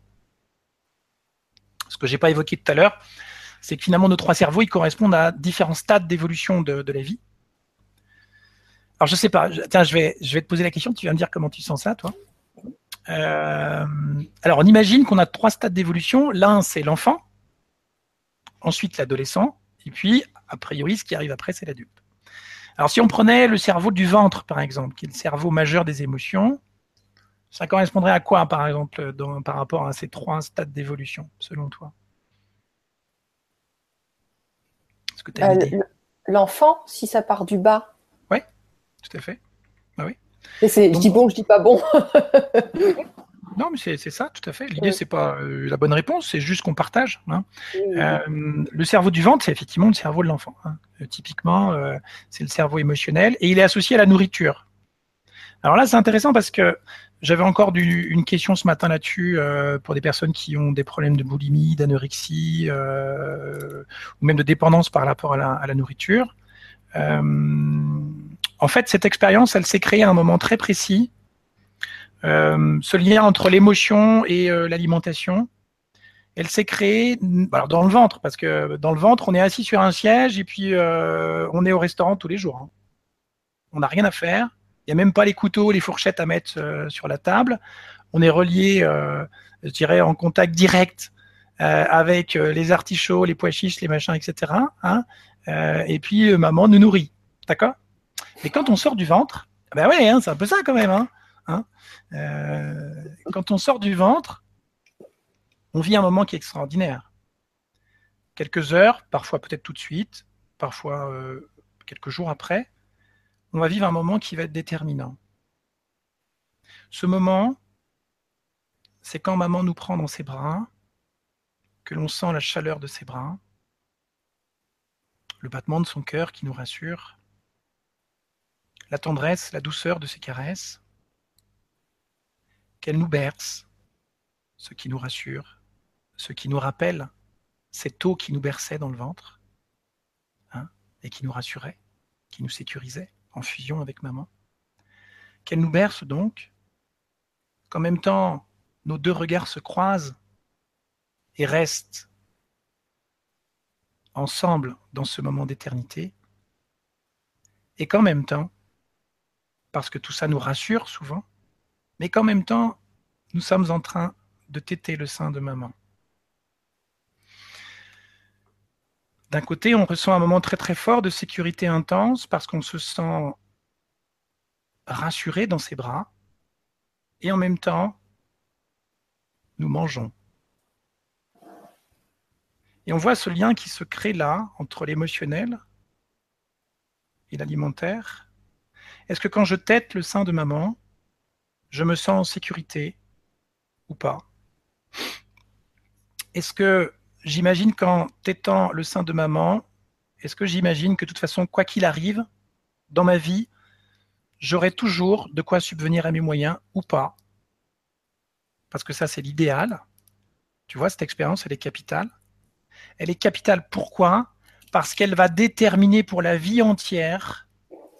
Ce que je n'ai pas évoqué tout à l'heure, c'est que finalement, nos trois cerveaux, ils correspondent à différents stades d'évolution de la vie. Alors, je ne sais pas, tiens, je vais te poser la question, tu vas me dire comment tu sens ça, toi. Alors, on imagine qu'on a 3 stades d'évolution. L'un, c'est l'enfant, ensuite l'adolescent, et puis, a priori, ce qui arrive après, c'est l'adulte. Alors, si on prenait le cerveau du ventre, par exemple, qui est le cerveau majeur des émotions, ça correspondrait à quoi, par exemple, par rapport à ces 3 stades d'évolution, selon toi ? Est-ce que tu as une idée ? L'enfant, si ça part du bas. Oui, tout à fait. Ah oui. Je dis bon, je dis pas bon. Non, mais c'est ça, tout à fait. L'idée, c'est pas la bonne réponse, c'est juste qu'on partage. Hein. Le cerveau du ventre, c'est effectivement le cerveau de l'enfant. Hein. Typiquement, c'est le cerveau émotionnel et il est associé à la nourriture. Alors là, c'est intéressant parce que j'avais encore une question ce matin là-dessus pour des personnes qui ont des problèmes de boulimie, d'anorexie ou même de dépendance par rapport à la nourriture. En fait, cette expérience, elle s'est créée à un moment très précis. Ce lien entre l'émotion et l'alimentation, elle s'est créée alors dans le ventre, parce que dans le ventre, on est assis sur un siège et puis on est au restaurant tous les jours. Hein. On n'a rien à faire. Il n'y a même pas les couteaux, les fourchettes à mettre sur la table. On est relié, je dirais, en contact direct avec les artichauts, les pois chiches, les machins, etc. Hein, et puis maman nous nourrit. D'accord ? Mais quand on sort du ventre, ben ouais, hein, c'est un peu ça quand même. Hein, quand on sort du ventre, on vit un moment qui est extraordinaire. Quelques heures, parfois peut-être tout de suite, parfois quelques jours après, on va vivre un moment qui va être déterminant. Ce moment, c'est quand maman nous prend dans ses bras, que l'on sent la chaleur de ses bras, le battement de son cœur qui nous rassure, la tendresse, la douceur de ses caresses, qu'elle nous berce, ce qui nous rassure, ce qui nous rappelle cette eau qui nous berçait dans le ventre, hein, et qui nous rassurait, qui nous sécurisait en fusion avec maman. Qu'elle nous berce donc, qu'en même temps, nos 2 regards se croisent et restent ensemble dans ce moment d'éternité, et qu'en même temps, parce que tout ça nous rassure souvent, mais qu'en même temps, nous sommes en train de téter le sein de maman. D'un côté, on ressent un moment très très fort de sécurité intense parce qu'on se sent rassuré dans ses bras, et en même temps, nous mangeons. Et on voit ce lien qui se crée là entre l'émotionnel et l'alimentaire. Est-ce que quand je tète le sein de maman, je me sens en sécurité ou pas ? Est-ce que j'imagine qu'en tétant le sein de maman, est-ce que j'imagine que de toute façon, quoi qu'il arrive, dans ma vie, j'aurai toujours de quoi subvenir à mes moyens ou pas? Parce que ça, c'est l'idéal. Tu vois, cette expérience, elle est capitale. Elle est capitale pourquoi? Parce qu'elle va déterminer pour la vie entière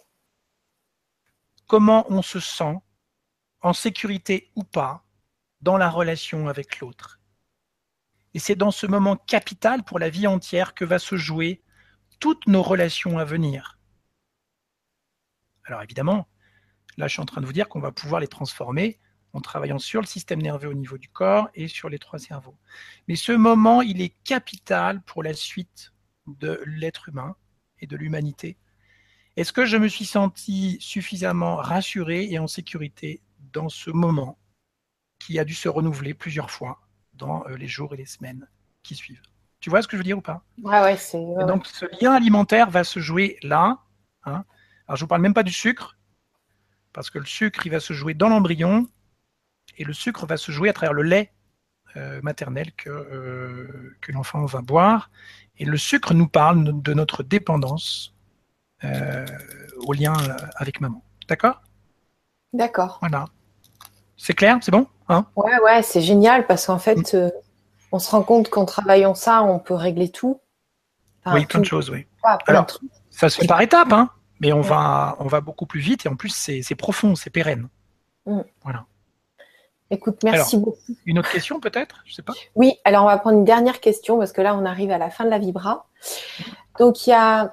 comment on se sent, en sécurité ou pas, dans la relation avec l'autre. Et c'est dans ce moment capital pour la vie entière que va se jouer toutes nos relations à venir. Alors évidemment, là je suis en train de vous dire qu'on va pouvoir les transformer en travaillant sur le système nerveux au niveau du corps et sur les 3 cerveaux. Mais ce moment, il est capital pour la suite de l'être humain et de l'humanité. Est-ce que je me suis senti suffisamment rassuré et en sécurité dans ce moment qui a dû se renouveler plusieurs fois dans les jours et les semaines qui suivent? Tu vois ce que je veux dire ou pas? Ouais, c'est. Ouais, et donc, ce lien alimentaire va se jouer là. Hein. Alors, je ne vous parle même pas du sucre, parce que le sucre, il va se jouer dans l'embryon, et le sucre va se jouer à travers le lait maternel que l'enfant va boire. Et le sucre nous parle de notre dépendance au lien avec maman. D'accord? D'accord. Voilà. C'est clair? C'est bon? Hein? Ouais, c'est génial parce qu'en fait, on se rend compte qu'en travaillant ça, on peut régler tout. Enfin, Oui, plein de tout. choses, oui. Plein de Alors, trucs. ça se fait par étapes, hein, mais on Ouais. va beaucoup plus vite et en plus, c'est profond, c'est pérenne. Mm. Voilà. Écoute, Alors, merci beaucoup. une autre question peut-être? Je sais pas. Oui, alors on va prendre une dernière question parce que là, on arrive à la fin de la Vibra. Donc, il y a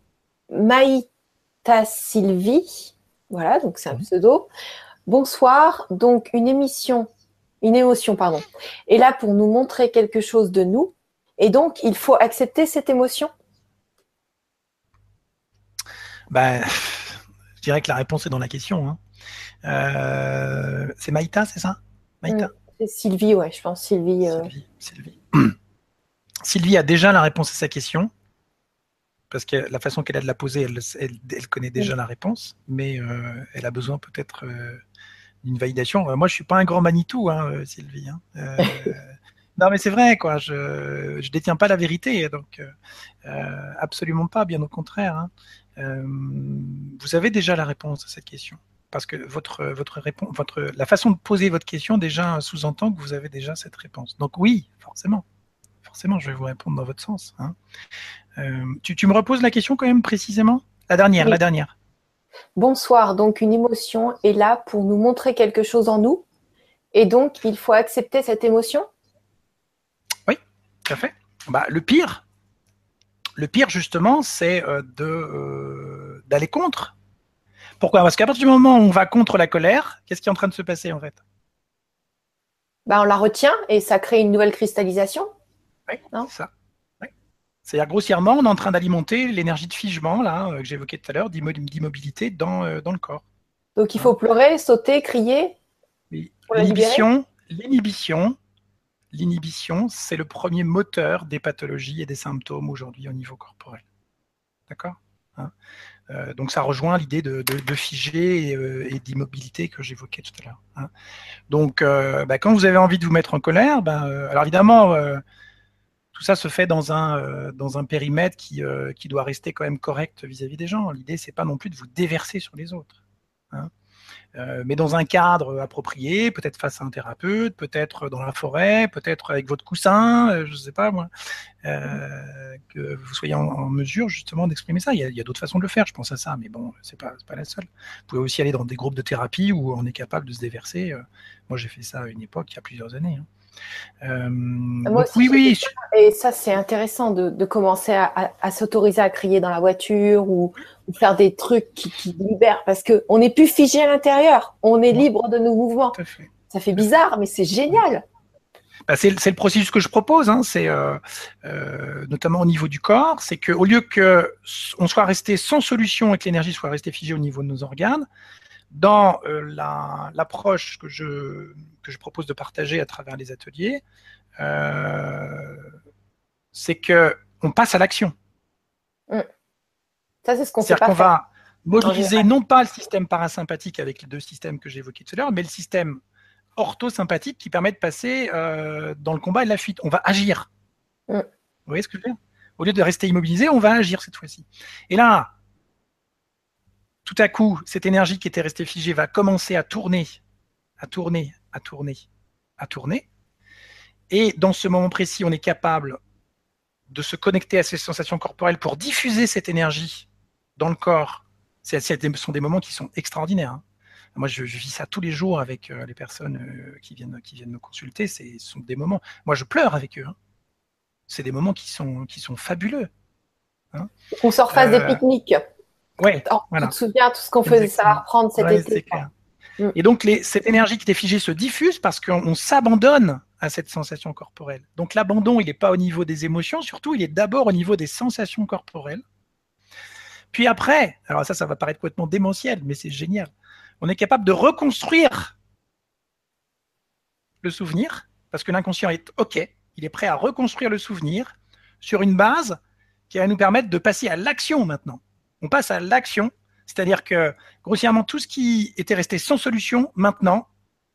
Maïta Sylvie. Voilà, donc c'est un pseudo. Bonsoir. Donc, une émotion, pardon, est là pour nous montrer quelque chose de nous. Et donc, il faut accepter cette émotion. Ben, je dirais que la réponse est dans la question. Hein. C'est Maïta, c'est ça? Maïta? C'est Sylvie, ouais, je pense. Sylvie. Sylvie. Sylvie a déjà la réponse à sa question, parce que la façon qu'elle a de la poser, elle connaît déjà la réponse, mais elle a besoin peut-être d'une validation. Moi, je suis pas un grand Manitou, hein, Sylvie. Hein. Non, mais c'est vrai, quoi. Je détiens pas la vérité, donc absolument pas, bien au contraire. Hein. Vous avez déjà la réponse à cette question, parce que votre réponse, la façon de poser votre question déjà sous-entend que vous avez déjà cette réponse. Donc oui, forcément, je vais vous répondre dans votre sens. Hein. Tu me reposes la question quand même précisément? La dernière, Oui. la dernière. Bonsoir. Donc, une émotion est là pour nous montrer quelque chose en nous. Et donc, il faut accepter cette émotion. Oui, tout à fait. Bah, le pire, justement, c'est d'aller contre. Pourquoi? Parce qu'à partir du moment où on va contre la colère, qu'est-ce qui est en train de se passer en fait? Bah, on la retient et ça crée une nouvelle cristallisation. Oui, Non? c'est ça. Oui. C'est-à-dire grossièrement, on est en train d'alimenter l'énergie de figement là, que j'évoquais tout à l'heure, d'immobilité dans le corps. Donc, il faut pleurer, sauter, crier pour la libérer. L'inhibition, c'est le premier moteur des pathologies et des symptômes aujourd'hui au niveau corporel. D'accord? Hein? Donc ça rejoint l'idée de figer et d'immobilité que j'évoquais tout à l'heure. Hein. Donc quand vous avez envie de vous mettre en colère, alors évidemment, tout ça se fait dans un périmètre qui doit rester quand même correct vis-à-vis des gens. L'idée, c'est pas non plus de vous déverser sur les autres. Hein. Mais dans un cadre approprié, peut-être face à un thérapeute, peut-être dans la forêt, peut-être avec votre coussin, je ne sais pas moi, que vous soyez en mesure justement d'exprimer ça. Il y a d'autres façons de le faire, je pense à ça, mais bon, c'est pas la seule. Vous pouvez aussi aller dans des groupes de thérapie où on est capable de se déverser. Moi, j'ai fait ça à une époque, il y a plusieurs années. Moi Donc aussi, oui. et ça, c'est intéressant de commencer à s'autoriser à crier dans la voiture ou faire des trucs qui libèrent parce qu'on n'est plus figé à l'intérieur. On est libre de nos mouvements. Tout à fait. Ça fait bizarre, mais c'est génial. C'est le processus que je propose, hein, c'est notamment au niveau du corps, c'est qu'au lieu qu'on soit resté sans solution et que l'énergie soit restée figée au niveau de nos organes, dans l'approche que je propose de partager à travers les ateliers, c'est qu'on passe à l'action. Ça, c'est ce qu'on sait C'est-à-dire pas qu'on faire. va mobiliser non pas le système parasympathique avec les deux systèmes que j'évoquais tout à l'heure, mais le système orthosympathique qui permet de passer dans le combat et la fuite. On va agir. Mm. Vous voyez ce que je veux dire? Au lieu de rester immobilisé, on va agir cette fois-ci. Et là, tout à coup, cette énergie qui était restée figée va commencer à tourner, à tourner, à tourner, à tourner. Et dans ce moment précis, on est capable de se connecter à ces sensations corporelles pour diffuser cette énergie dans le corps. Ce sont des moments qui sont extraordinaires. Hein. Moi, je vis ça tous les jours avec les personnes qui viennent me consulter. Ce sont des moments. Moi, je pleure avec eux. Hein. C'est des moments qui sont fabuleux. Hein. On se refasse des pique-niques. Ouais, Oh, voilà. Tu te souviens tout ce qu'on faisait, ça va reprendre cet ouais, été. Et donc, cette énergie qui était figée se diffuse parce qu'on s'abandonne à cette sensation corporelle. Donc, l'abandon, il n'est pas au niveau des émotions, surtout, il est d'abord au niveau des sensations corporelles. Puis après, alors ça va paraître complètement démentiel, mais c'est génial. On est capable de reconstruire le souvenir parce que l'inconscient est OK, il est prêt à reconstruire le souvenir sur une base qui va nous permettre de passer à l'action maintenant. On passe à l'action, c'est-à-dire que grossièrement tout ce qui était resté sans solution, maintenant,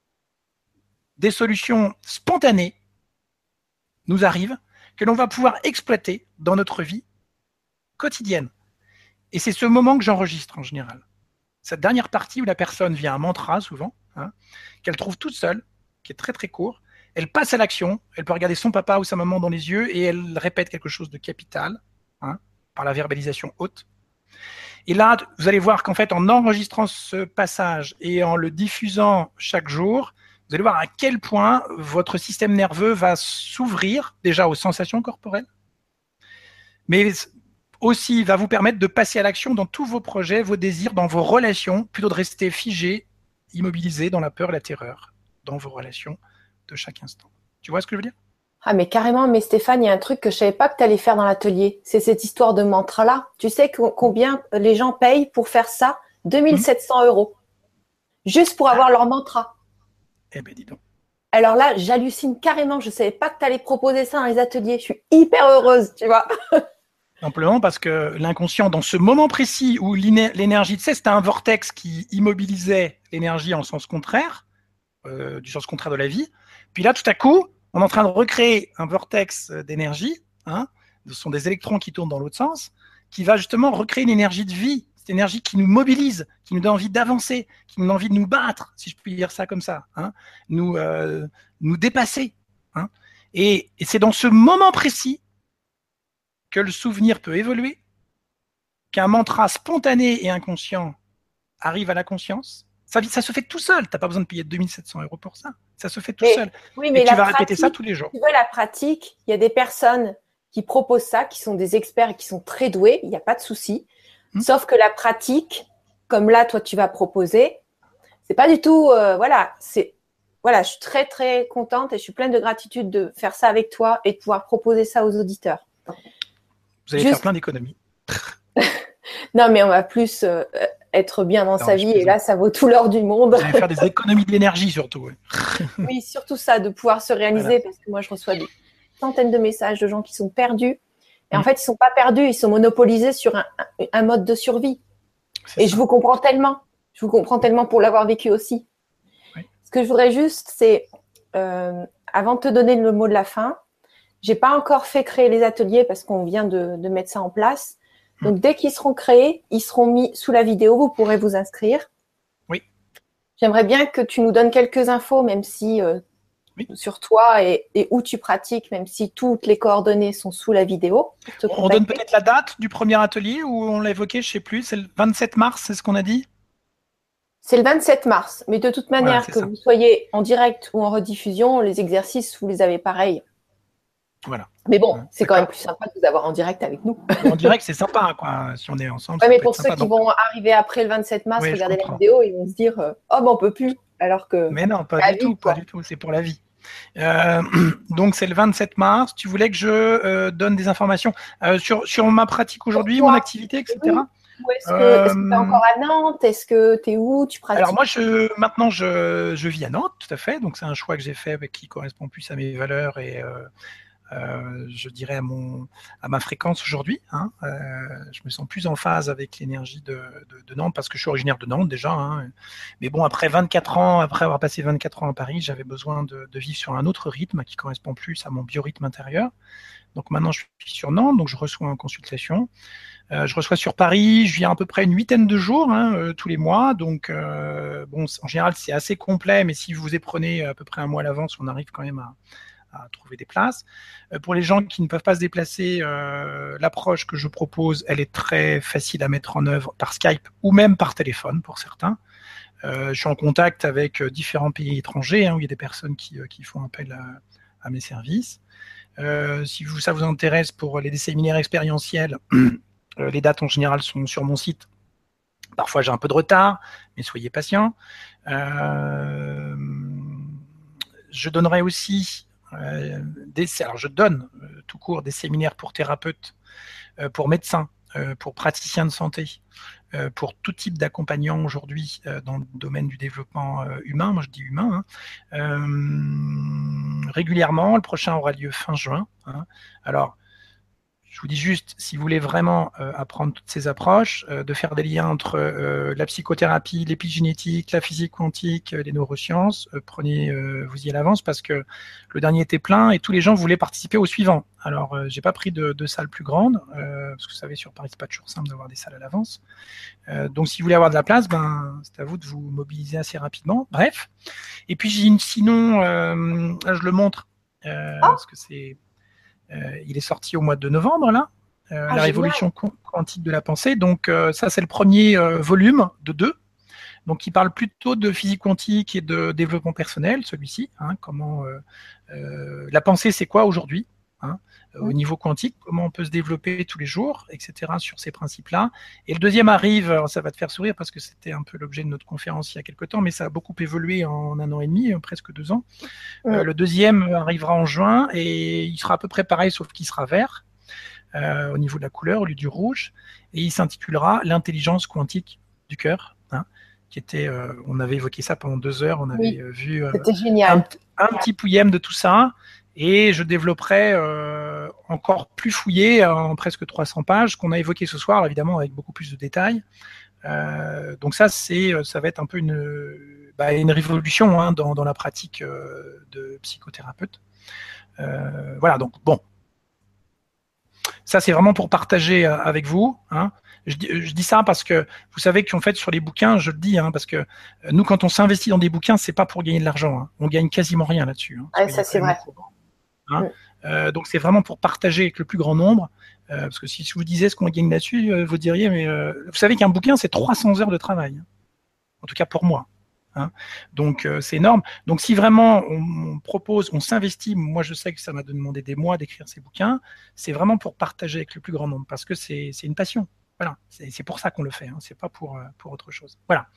des solutions spontanées nous arrivent que l'on va pouvoir exploiter dans notre vie quotidienne. Et c'est ce moment que j'enregistre en général. Cette dernière partie où la personne vient un mantra souvent, hein, qu'elle trouve toute seule, qui est très très court, elle passe à l'action, elle peut regarder son papa ou sa maman dans les yeux et elle répète quelque chose de capital, hein, par la verbalisation haute. Et là, vous allez voir qu'en fait, en enregistrant ce passage et en le diffusant chaque jour, vous allez voir à quel point votre système nerveux va s'ouvrir déjà aux sensations corporelles, mais aussi va vous permettre de passer à l'action dans tous vos projets, vos désirs, dans vos relations, plutôt de rester figé, immobilisé dans la peur, la terreur, dans vos relations de chaque instant. Tu vois ce que je veux dire? Ah mais carrément, mais Stéphane, il y a un truc que je savais pas que tu allais faire dans l'atelier. C'est cette histoire de mantra-là. Tu sais combien les gens payent pour faire ça? 2700 €. Juste pour avoir leur mantra. Eh ben dis donc. Alors là, j'hallucine carrément. Je savais pas que tu allais proposer ça dans les ateliers. Je suis hyper heureuse, tu vois. Simplement parce que l'inconscient, dans ce moment précis où l'énergie, tu sais, c'était un vortex qui immobilisait l'énergie en sens contraire, du sens contraire de la vie. Puis là, tout à coup, on est en train de recréer un vortex d'énergie, hein, ce sont des électrons qui tournent dans l'autre sens, qui va justement recréer une énergie de vie, cette énergie qui nous mobilise, qui nous donne envie d'avancer, qui nous donne envie de nous battre, si je puis dire ça comme ça, hein, nous dépasser. Hein. Et c'est dans ce moment précis que le souvenir peut évoluer, qu'un mantra spontané et inconscient arrive à la conscience. Ça se fait tout seul. Tu n'as pas besoin de payer 2700 € pour ça. Ça se fait tout seul. Oui, mais et tu vas répéter ça tous les jours. Tu veux la pratique, il y a des personnes qui proposent ça, qui sont des experts et qui sont très doués, il n'y a pas de souci. Sauf que la pratique, comme là, toi, tu vas proposer, c'est pas du tout, voilà, je suis très, très contente et je suis pleine de gratitude de faire ça avec toi et de pouvoir proposer ça aux auditeurs. Vous allez faire plein d'économies. Non, mais on va plus être bien dans sa vie et là, ça vaut tout l'or du monde. Vous allez faire des économies d'énergie surtout. Ouais. Oui, surtout ça, de pouvoir se réaliser parce que moi, je reçois des centaines de messages de gens qui sont perdus. Et en fait, ils ne sont pas perdus, ils sont monopolisés sur un mode de survie. Et je vous comprends tellement. Je vous comprends tellement pour l'avoir vécu aussi. Oui. Ce que je voudrais juste, c'est, avant de te donner le mot de la fin, je n'ai pas encore fait créer les ateliers parce qu'on vient de mettre ça en place. Donc, dès qu'ils seront créés, ils seront mis sous la vidéo. Vous pourrez vous inscrire. Oui. J'aimerais bien que tu nous donnes quelques infos, même si sur toi et où tu pratiques, même si toutes les coordonnées sont sous la vidéo. On donne peut-être la date du premier atelier ou on l'a évoqué, je ne sais plus. C'est le 27 mars, c'est ce qu'on a dit? C'est le 27 mars. Mais de toute manière, voilà, vous soyez en direct ou en rediffusion, les exercices, vous les avez pareils. Voilà. Mais bon, c'est quand même plus sympa de vous avoir en direct avec nous. En direct, c'est sympa, quoi, si on est ensemble. Ouais, mais pour ceux qui vont arriver après le 27 mars, regarder la vidéo, ils vont se dire oh, ben on peut plus. Alors que. Mais non, pas du tout. C'est pour la vie. Donc, c'est le 27 mars. Tu voulais que je donne des informations sur ma pratique aujourd'hui, mon activité, etc. Oui. Ou est-ce que tu es encore à Nantes? Est-ce que tu es où? Tu pratiques? Alors moi, maintenant, je vis à Nantes, tout à fait. Donc c'est un choix que j'ai fait qui correspond plus à mes valeurs et je dirais, à ma fréquence aujourd'hui. Hein. Je me sens plus en phase avec l'énergie de Nantes parce que je suis originaire de Nantes déjà. Hein. Mais bon, après 24 ans, après avoir passé 24 ans à Paris, j'avais besoin de vivre sur un autre rythme qui correspond plus à mon biorhythme intérieur. Donc maintenant, je suis sur Nantes, donc je reçois en consultation. Je reçois sur Paris, je viens à peu près une huitaine de jours tous les mois. Donc, bon, en général, c'est assez complet, mais si vous vous y prenez à peu près un mois à l'avance, on arrive quand même à trouver des places. Pour les gens qui ne peuvent pas se déplacer, l'approche que je propose, elle est très facile à mettre en œuvre par Skype ou même par téléphone pour certains. Je suis en contact avec différents pays étrangers où il y a des personnes qui font appel à mes services. Si ça vous intéresse pour les séminaires expérientiels, les dates en général sont sur mon site. Parfois j'ai un peu de retard, mais soyez patients. Je donnerai aussi alors je donne tout court des séminaires pour thérapeutes, pour médecins, pour praticiens de santé, pour tout type d'accompagnants aujourd'hui dans le domaine du développement humain. Moi je dis humain. Régulièrement, le prochain aura lieu fin juin. Alors, je vous dis juste, si vous voulez vraiment apprendre toutes ces approches, de faire des liens entre la psychothérapie, l'épigénétique, la physique quantique, les neurosciences, prenez-vous-y à l'avance parce que le dernier était plein et tous les gens voulaient participer au suivant. Alors, j'ai pas pris de salle plus grande, parce que vous savez, sur Paris, c'est pas toujours simple d'avoir des salles à l'avance. Donc, si vous voulez avoir de la place, c'est à vous de vous mobiliser assez rapidement. Bref. Et puis, sinon, là, je le montre, parce que il est sorti au mois de novembre, là, La révolution quantique de la pensée. Donc, ça, c'est le premier volume de 2. Donc, il parle plutôt de physique quantique et de développement personnel, celui-ci. Comment la pensée, c'est quoi aujourd'hui au niveau quantique, comment on peut se développer tous les jours, etc., sur ces principes-là. Et le deuxième arrive, alors ça va te faire sourire parce que c'était un peu l'objet de notre conférence il y a quelques temps, mais ça a beaucoup évolué en 1 an et demi, presque 2 ans. Le deuxième arrivera en juin et il sera à peu près pareil, sauf qu'il sera vert au niveau de la couleur au lieu du rouge. Et il s'intitulera L'intelligence quantique du cœur. Qui était, on avait évoqué ça pendant 2 heures, on avait vu génial. un petit pouillème de tout ça. Et je développerai encore plus fouillé en presque 300 pages qu'on a évoqué ce soir, évidemment avec beaucoup plus de détails. Donc ça va être un peu une révolution dans la pratique de psychothérapeute. Voilà, donc bon. Ça, c'est vraiment pour partager avec vous. Je dis ça parce que vous savez qu'en fait, sur les bouquins, je le dis, parce que nous, quand on s'investit dans des bouquins, c'est pas pour gagner de l'argent. On gagne quasiment rien là-dessus. Ça, c'est vrai. Donc c'est vraiment pour partager avec le plus grand nombre, parce que si je vous disais ce qu'on gagne là-dessus, vous diriez, mais vous savez qu'un bouquin c'est 300 heures de travail, en tout cas pour moi. Donc c'est énorme. Donc si vraiment on propose, on s'investit, moi je sais que ça m'a demandé des mois d'écrire ces bouquins, c'est vraiment pour partager avec le plus grand nombre, parce que c'est une passion. Voilà, c'est pour ça qu'on le fait, c'est pas pour autre chose. Voilà.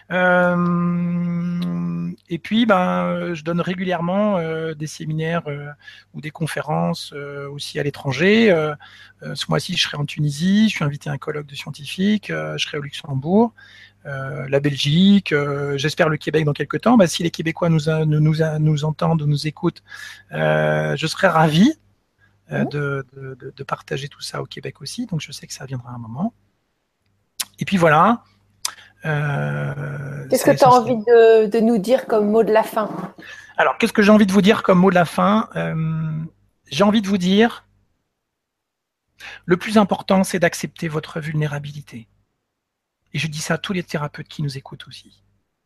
Et puis, je donne régulièrement des séminaires ou des conférences aussi à l'étranger. Ce mois-ci, je serai en Tunisie, je suis invité à un colloque de scientifiques, je serai au Luxembourg, la Belgique, j'espère le Québec dans quelques temps. Si les Québécois nous entendent, nous écoutent, je serai ravi. De partager tout ça au Québec aussi, donc je sais que ça viendra un moment. Et puis voilà. Qu'est-ce que tu as envie de nous dire comme mot de la fin? Alors, qu'est-ce que j'ai envie de vous dire comme mot de la fin? J'ai envie de vous dire, le plus important, c'est d'accepter votre vulnérabilité. Et je dis ça à tous les thérapeutes qui nous écoutent aussi.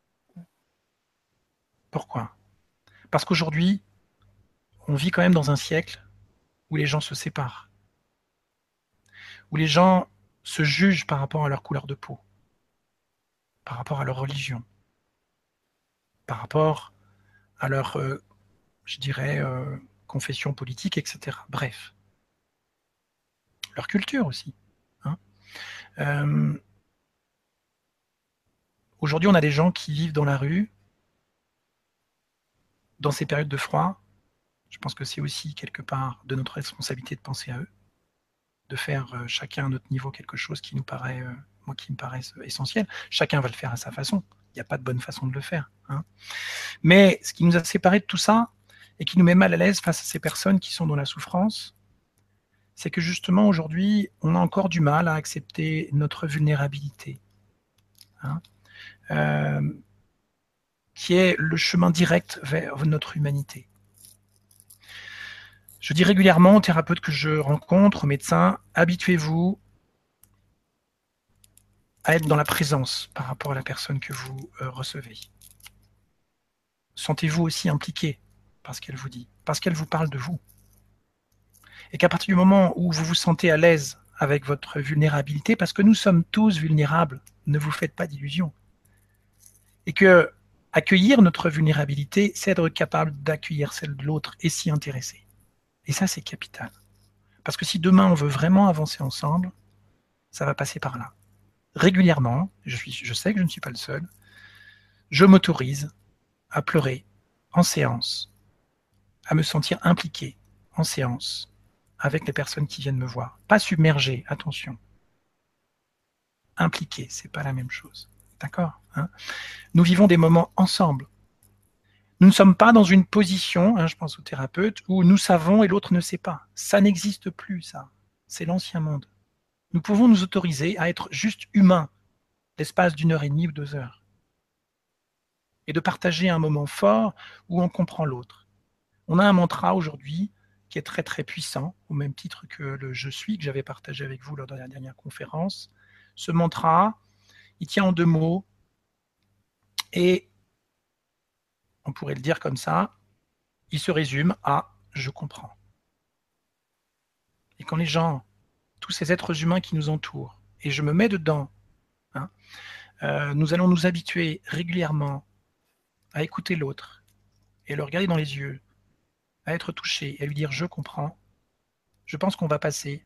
Pourquoi? Parce qu'aujourd'hui, on vit quand même dans un siècle où les gens se séparent, où les gens se jugent par rapport à leur couleur de peau, par rapport à leur religion, par rapport à leur, je dirais, confession politique, etc. Bref. Leur culture aussi. Aujourd'hui, on a des gens qui vivent dans la rue, dans ces périodes de froid. Je pense que c'est aussi quelque part de notre responsabilité de penser à eux, de faire chacun à notre niveau quelque chose qui nous paraît, qui me paraît essentiel. Chacun va le faire à sa façon. Il n'y a pas de bonne façon de le faire. Mais ce qui nous a séparés de tout ça, et qui nous met mal à l'aise face à ces personnes qui sont dans la souffrance, c'est que justement aujourd'hui, on a encore du mal à accepter notre vulnérabilité, hein, qui est le chemin direct vers notre humanité. Je dis régulièrement aux thérapeutes que je rencontre, aux médecins, habituez-vous à être dans la présence par rapport à la personne que vous recevez. Sentez-vous aussi impliqué par ce qu'elle vous dit, parce qu'elle vous parle de vous. Et qu'à partir du moment où vous vous sentez à l'aise avec votre vulnérabilité, parce que nous sommes tous vulnérables, ne vous faites pas d'illusions. Et que accueillir notre vulnérabilité, c'est être capable d'accueillir celle de l'autre et s'y intéresser. Et ça, c'est capital. Parce que si demain on veut vraiment avancer ensemble, ça va passer par là. Régulièrement, je sais que je ne suis pas le seul, je m'autorise à pleurer en séance, à me sentir impliqué en séance avec les personnes qui viennent me voir. Pas submergé, attention. Impliqué, c'est pas la même chose. D'accord, hein? Nous vivons des moments ensemble. Nous ne sommes pas dans une position, hein, je pense aux thérapeutes, où nous savons et l'autre ne sait pas. Ça n'existe plus, ça. C'est l'ancien monde. Nous pouvons nous autoriser à être juste humains l'espace d'1h30 ou 2 heures. Et de partager un moment fort où on comprend l'autre. On a un mantra aujourd'hui qui est très très puissant, au même titre que le Je suis que j'avais partagé avec vous lors de la dernière conférence. Ce mantra, il tient en 2 mots et on pourrait le dire comme ça, il se résume à je comprends. Et quand les gens, tous ces êtres humains qui nous entourent, et je me mets dedans, hein, nous allons nous habituer régulièrement à écouter l'autre et le regarder dans les yeux, à être touché et à lui dire je comprends, je pense qu'on va passer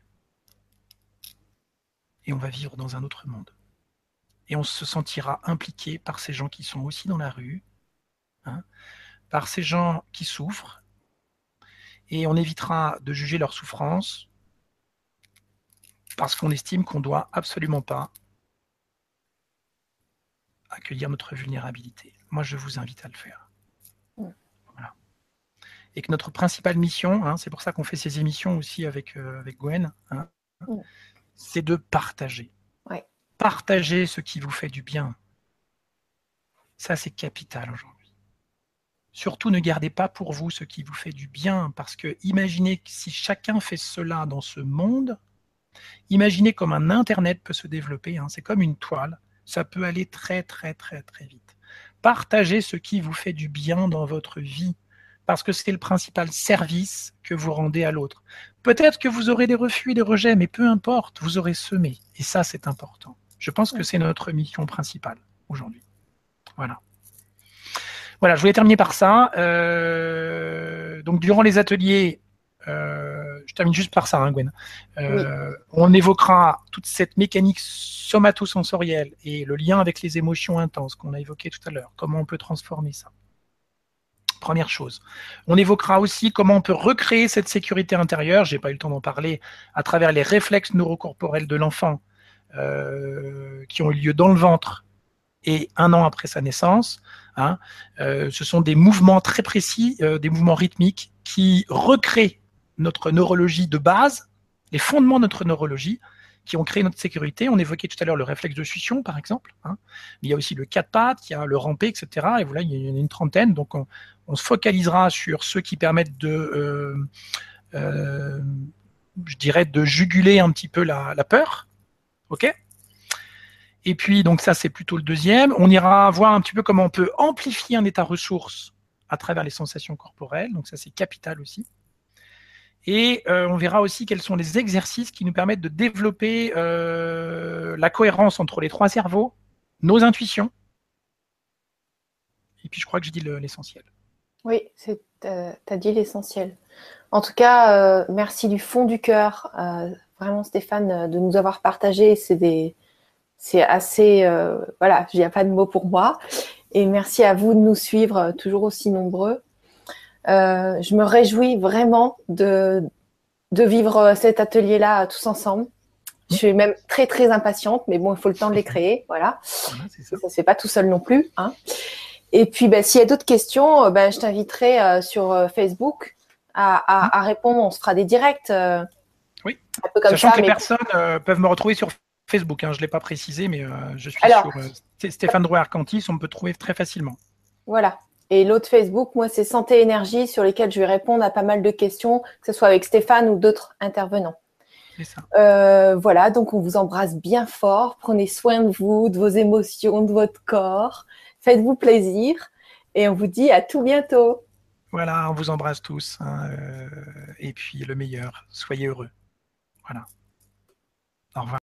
et on va vivre dans un autre monde. Et on se sentira impliqué par ces gens qui sont aussi dans la rue, hein, par ces gens qui souffrent, et on évitera de juger leur souffrance parce qu'on estime qu'on ne doit absolument pas accueillir notre vulnérabilité. Moi, je vous invite à le faire. Voilà. Et que notre principale mission, hein, c'est pour ça qu'on fait ces émissions aussi avec Gwen, hein, c'est de partager. Ouais. Partagez ce qui vous fait du bien. Ça, c'est capital aujourd'hui. Surtout, ne gardez pas pour vous ce qui vous fait du bien, parce que imaginez que si chacun fait cela dans ce monde, imaginez comme un Internet peut se développer, hein, c'est comme une toile, ça peut aller très très très très vite. Partagez ce qui vous fait du bien dans votre vie, parce que c'est le principal service que vous rendez à l'autre. Peut-être que vous aurez des refus et des rejets, mais peu importe, vous aurez semé, et ça c'est important. Je pense que c'est notre mission principale aujourd'hui. Voilà. Voilà, je voulais terminer par ça. Donc, durant les ateliers, je termine juste par ça, hein, Gwen. Oui. On évoquera toute cette mécanique somatosensorielle et le lien avec les émotions intenses qu'on a évoqué tout à l'heure. Comment on peut transformer ça. Première chose. On évoquera aussi comment on peut recréer cette sécurité intérieure. J'ai pas eu le temps d'en parler à travers les réflexes neurocorporels de l'enfant qui ont eu lieu dans le ventre et 1 an après sa naissance. Hein, ce sont des mouvements très précis, des mouvements rythmiques qui recréent notre neurologie de base, les fondements de notre neurologie, qui ont créé notre sécurité. On évoquait tout à l'heure le réflexe de succion, par exemple. Hein. Il y a aussi le 4 pattes, il y a le ramper, etc. Et voilà, il y en a une trentaine. Donc, on se focalisera sur ceux qui permettent de, je dirais, de juguler un petit peu la peur. OK ? Et puis, donc ça, c'est plutôt le deuxième. On ira voir un petit peu comment on peut amplifier un état ressource à travers les sensations corporelles. Donc ça, c'est capital aussi. Et on verra aussi quels sont les exercices qui nous permettent de développer la cohérence entre les 3 cerveaux, nos intuitions. Et puis, je crois que j'ai dit l'essentiel. Oui, tu as dit l'essentiel. En tout cas, merci du fond du cœur, vraiment Stéphane, de nous avoir partagé. C'est assez, voilà, il n'y a pas de mots pour moi. Et merci à vous de nous suivre, toujours aussi nombreux. Je me réjouis vraiment de vivre cet atelier-là tous ensemble. Je suis même très impatiente, mais bon, il faut le temps de les créer, voilà. Voilà, c'est ça. Ça se fait pas tout seul non plus, hein. Et puis, s'il y a d'autres questions, je t'inviterai sur Facebook à répondre. On se fera des directs, Oui. un peu comme Sachant ça. que les Mais personnes peuvent me retrouver sur Facebook. Hein, je ne l'ai pas précisé, mais je suis alors, sur Stéphane Drouet-Arcantis. On me peut trouver très facilement. voilà. Et l'autre Facebook, moi, c'est Santé Énergie, sur lesquels je vais répondre à pas mal de questions, que ce soit avec Stéphane ou d'autres intervenants. C'est ça. Voilà, donc on vous embrasse bien fort. Prenez soin de vous, de vos émotions, de votre corps. Faites-vous plaisir. Et on vous dit à tout bientôt. Voilà, on vous embrasse tous. Hein, et puis le meilleur, soyez heureux. Voilà. Au revoir.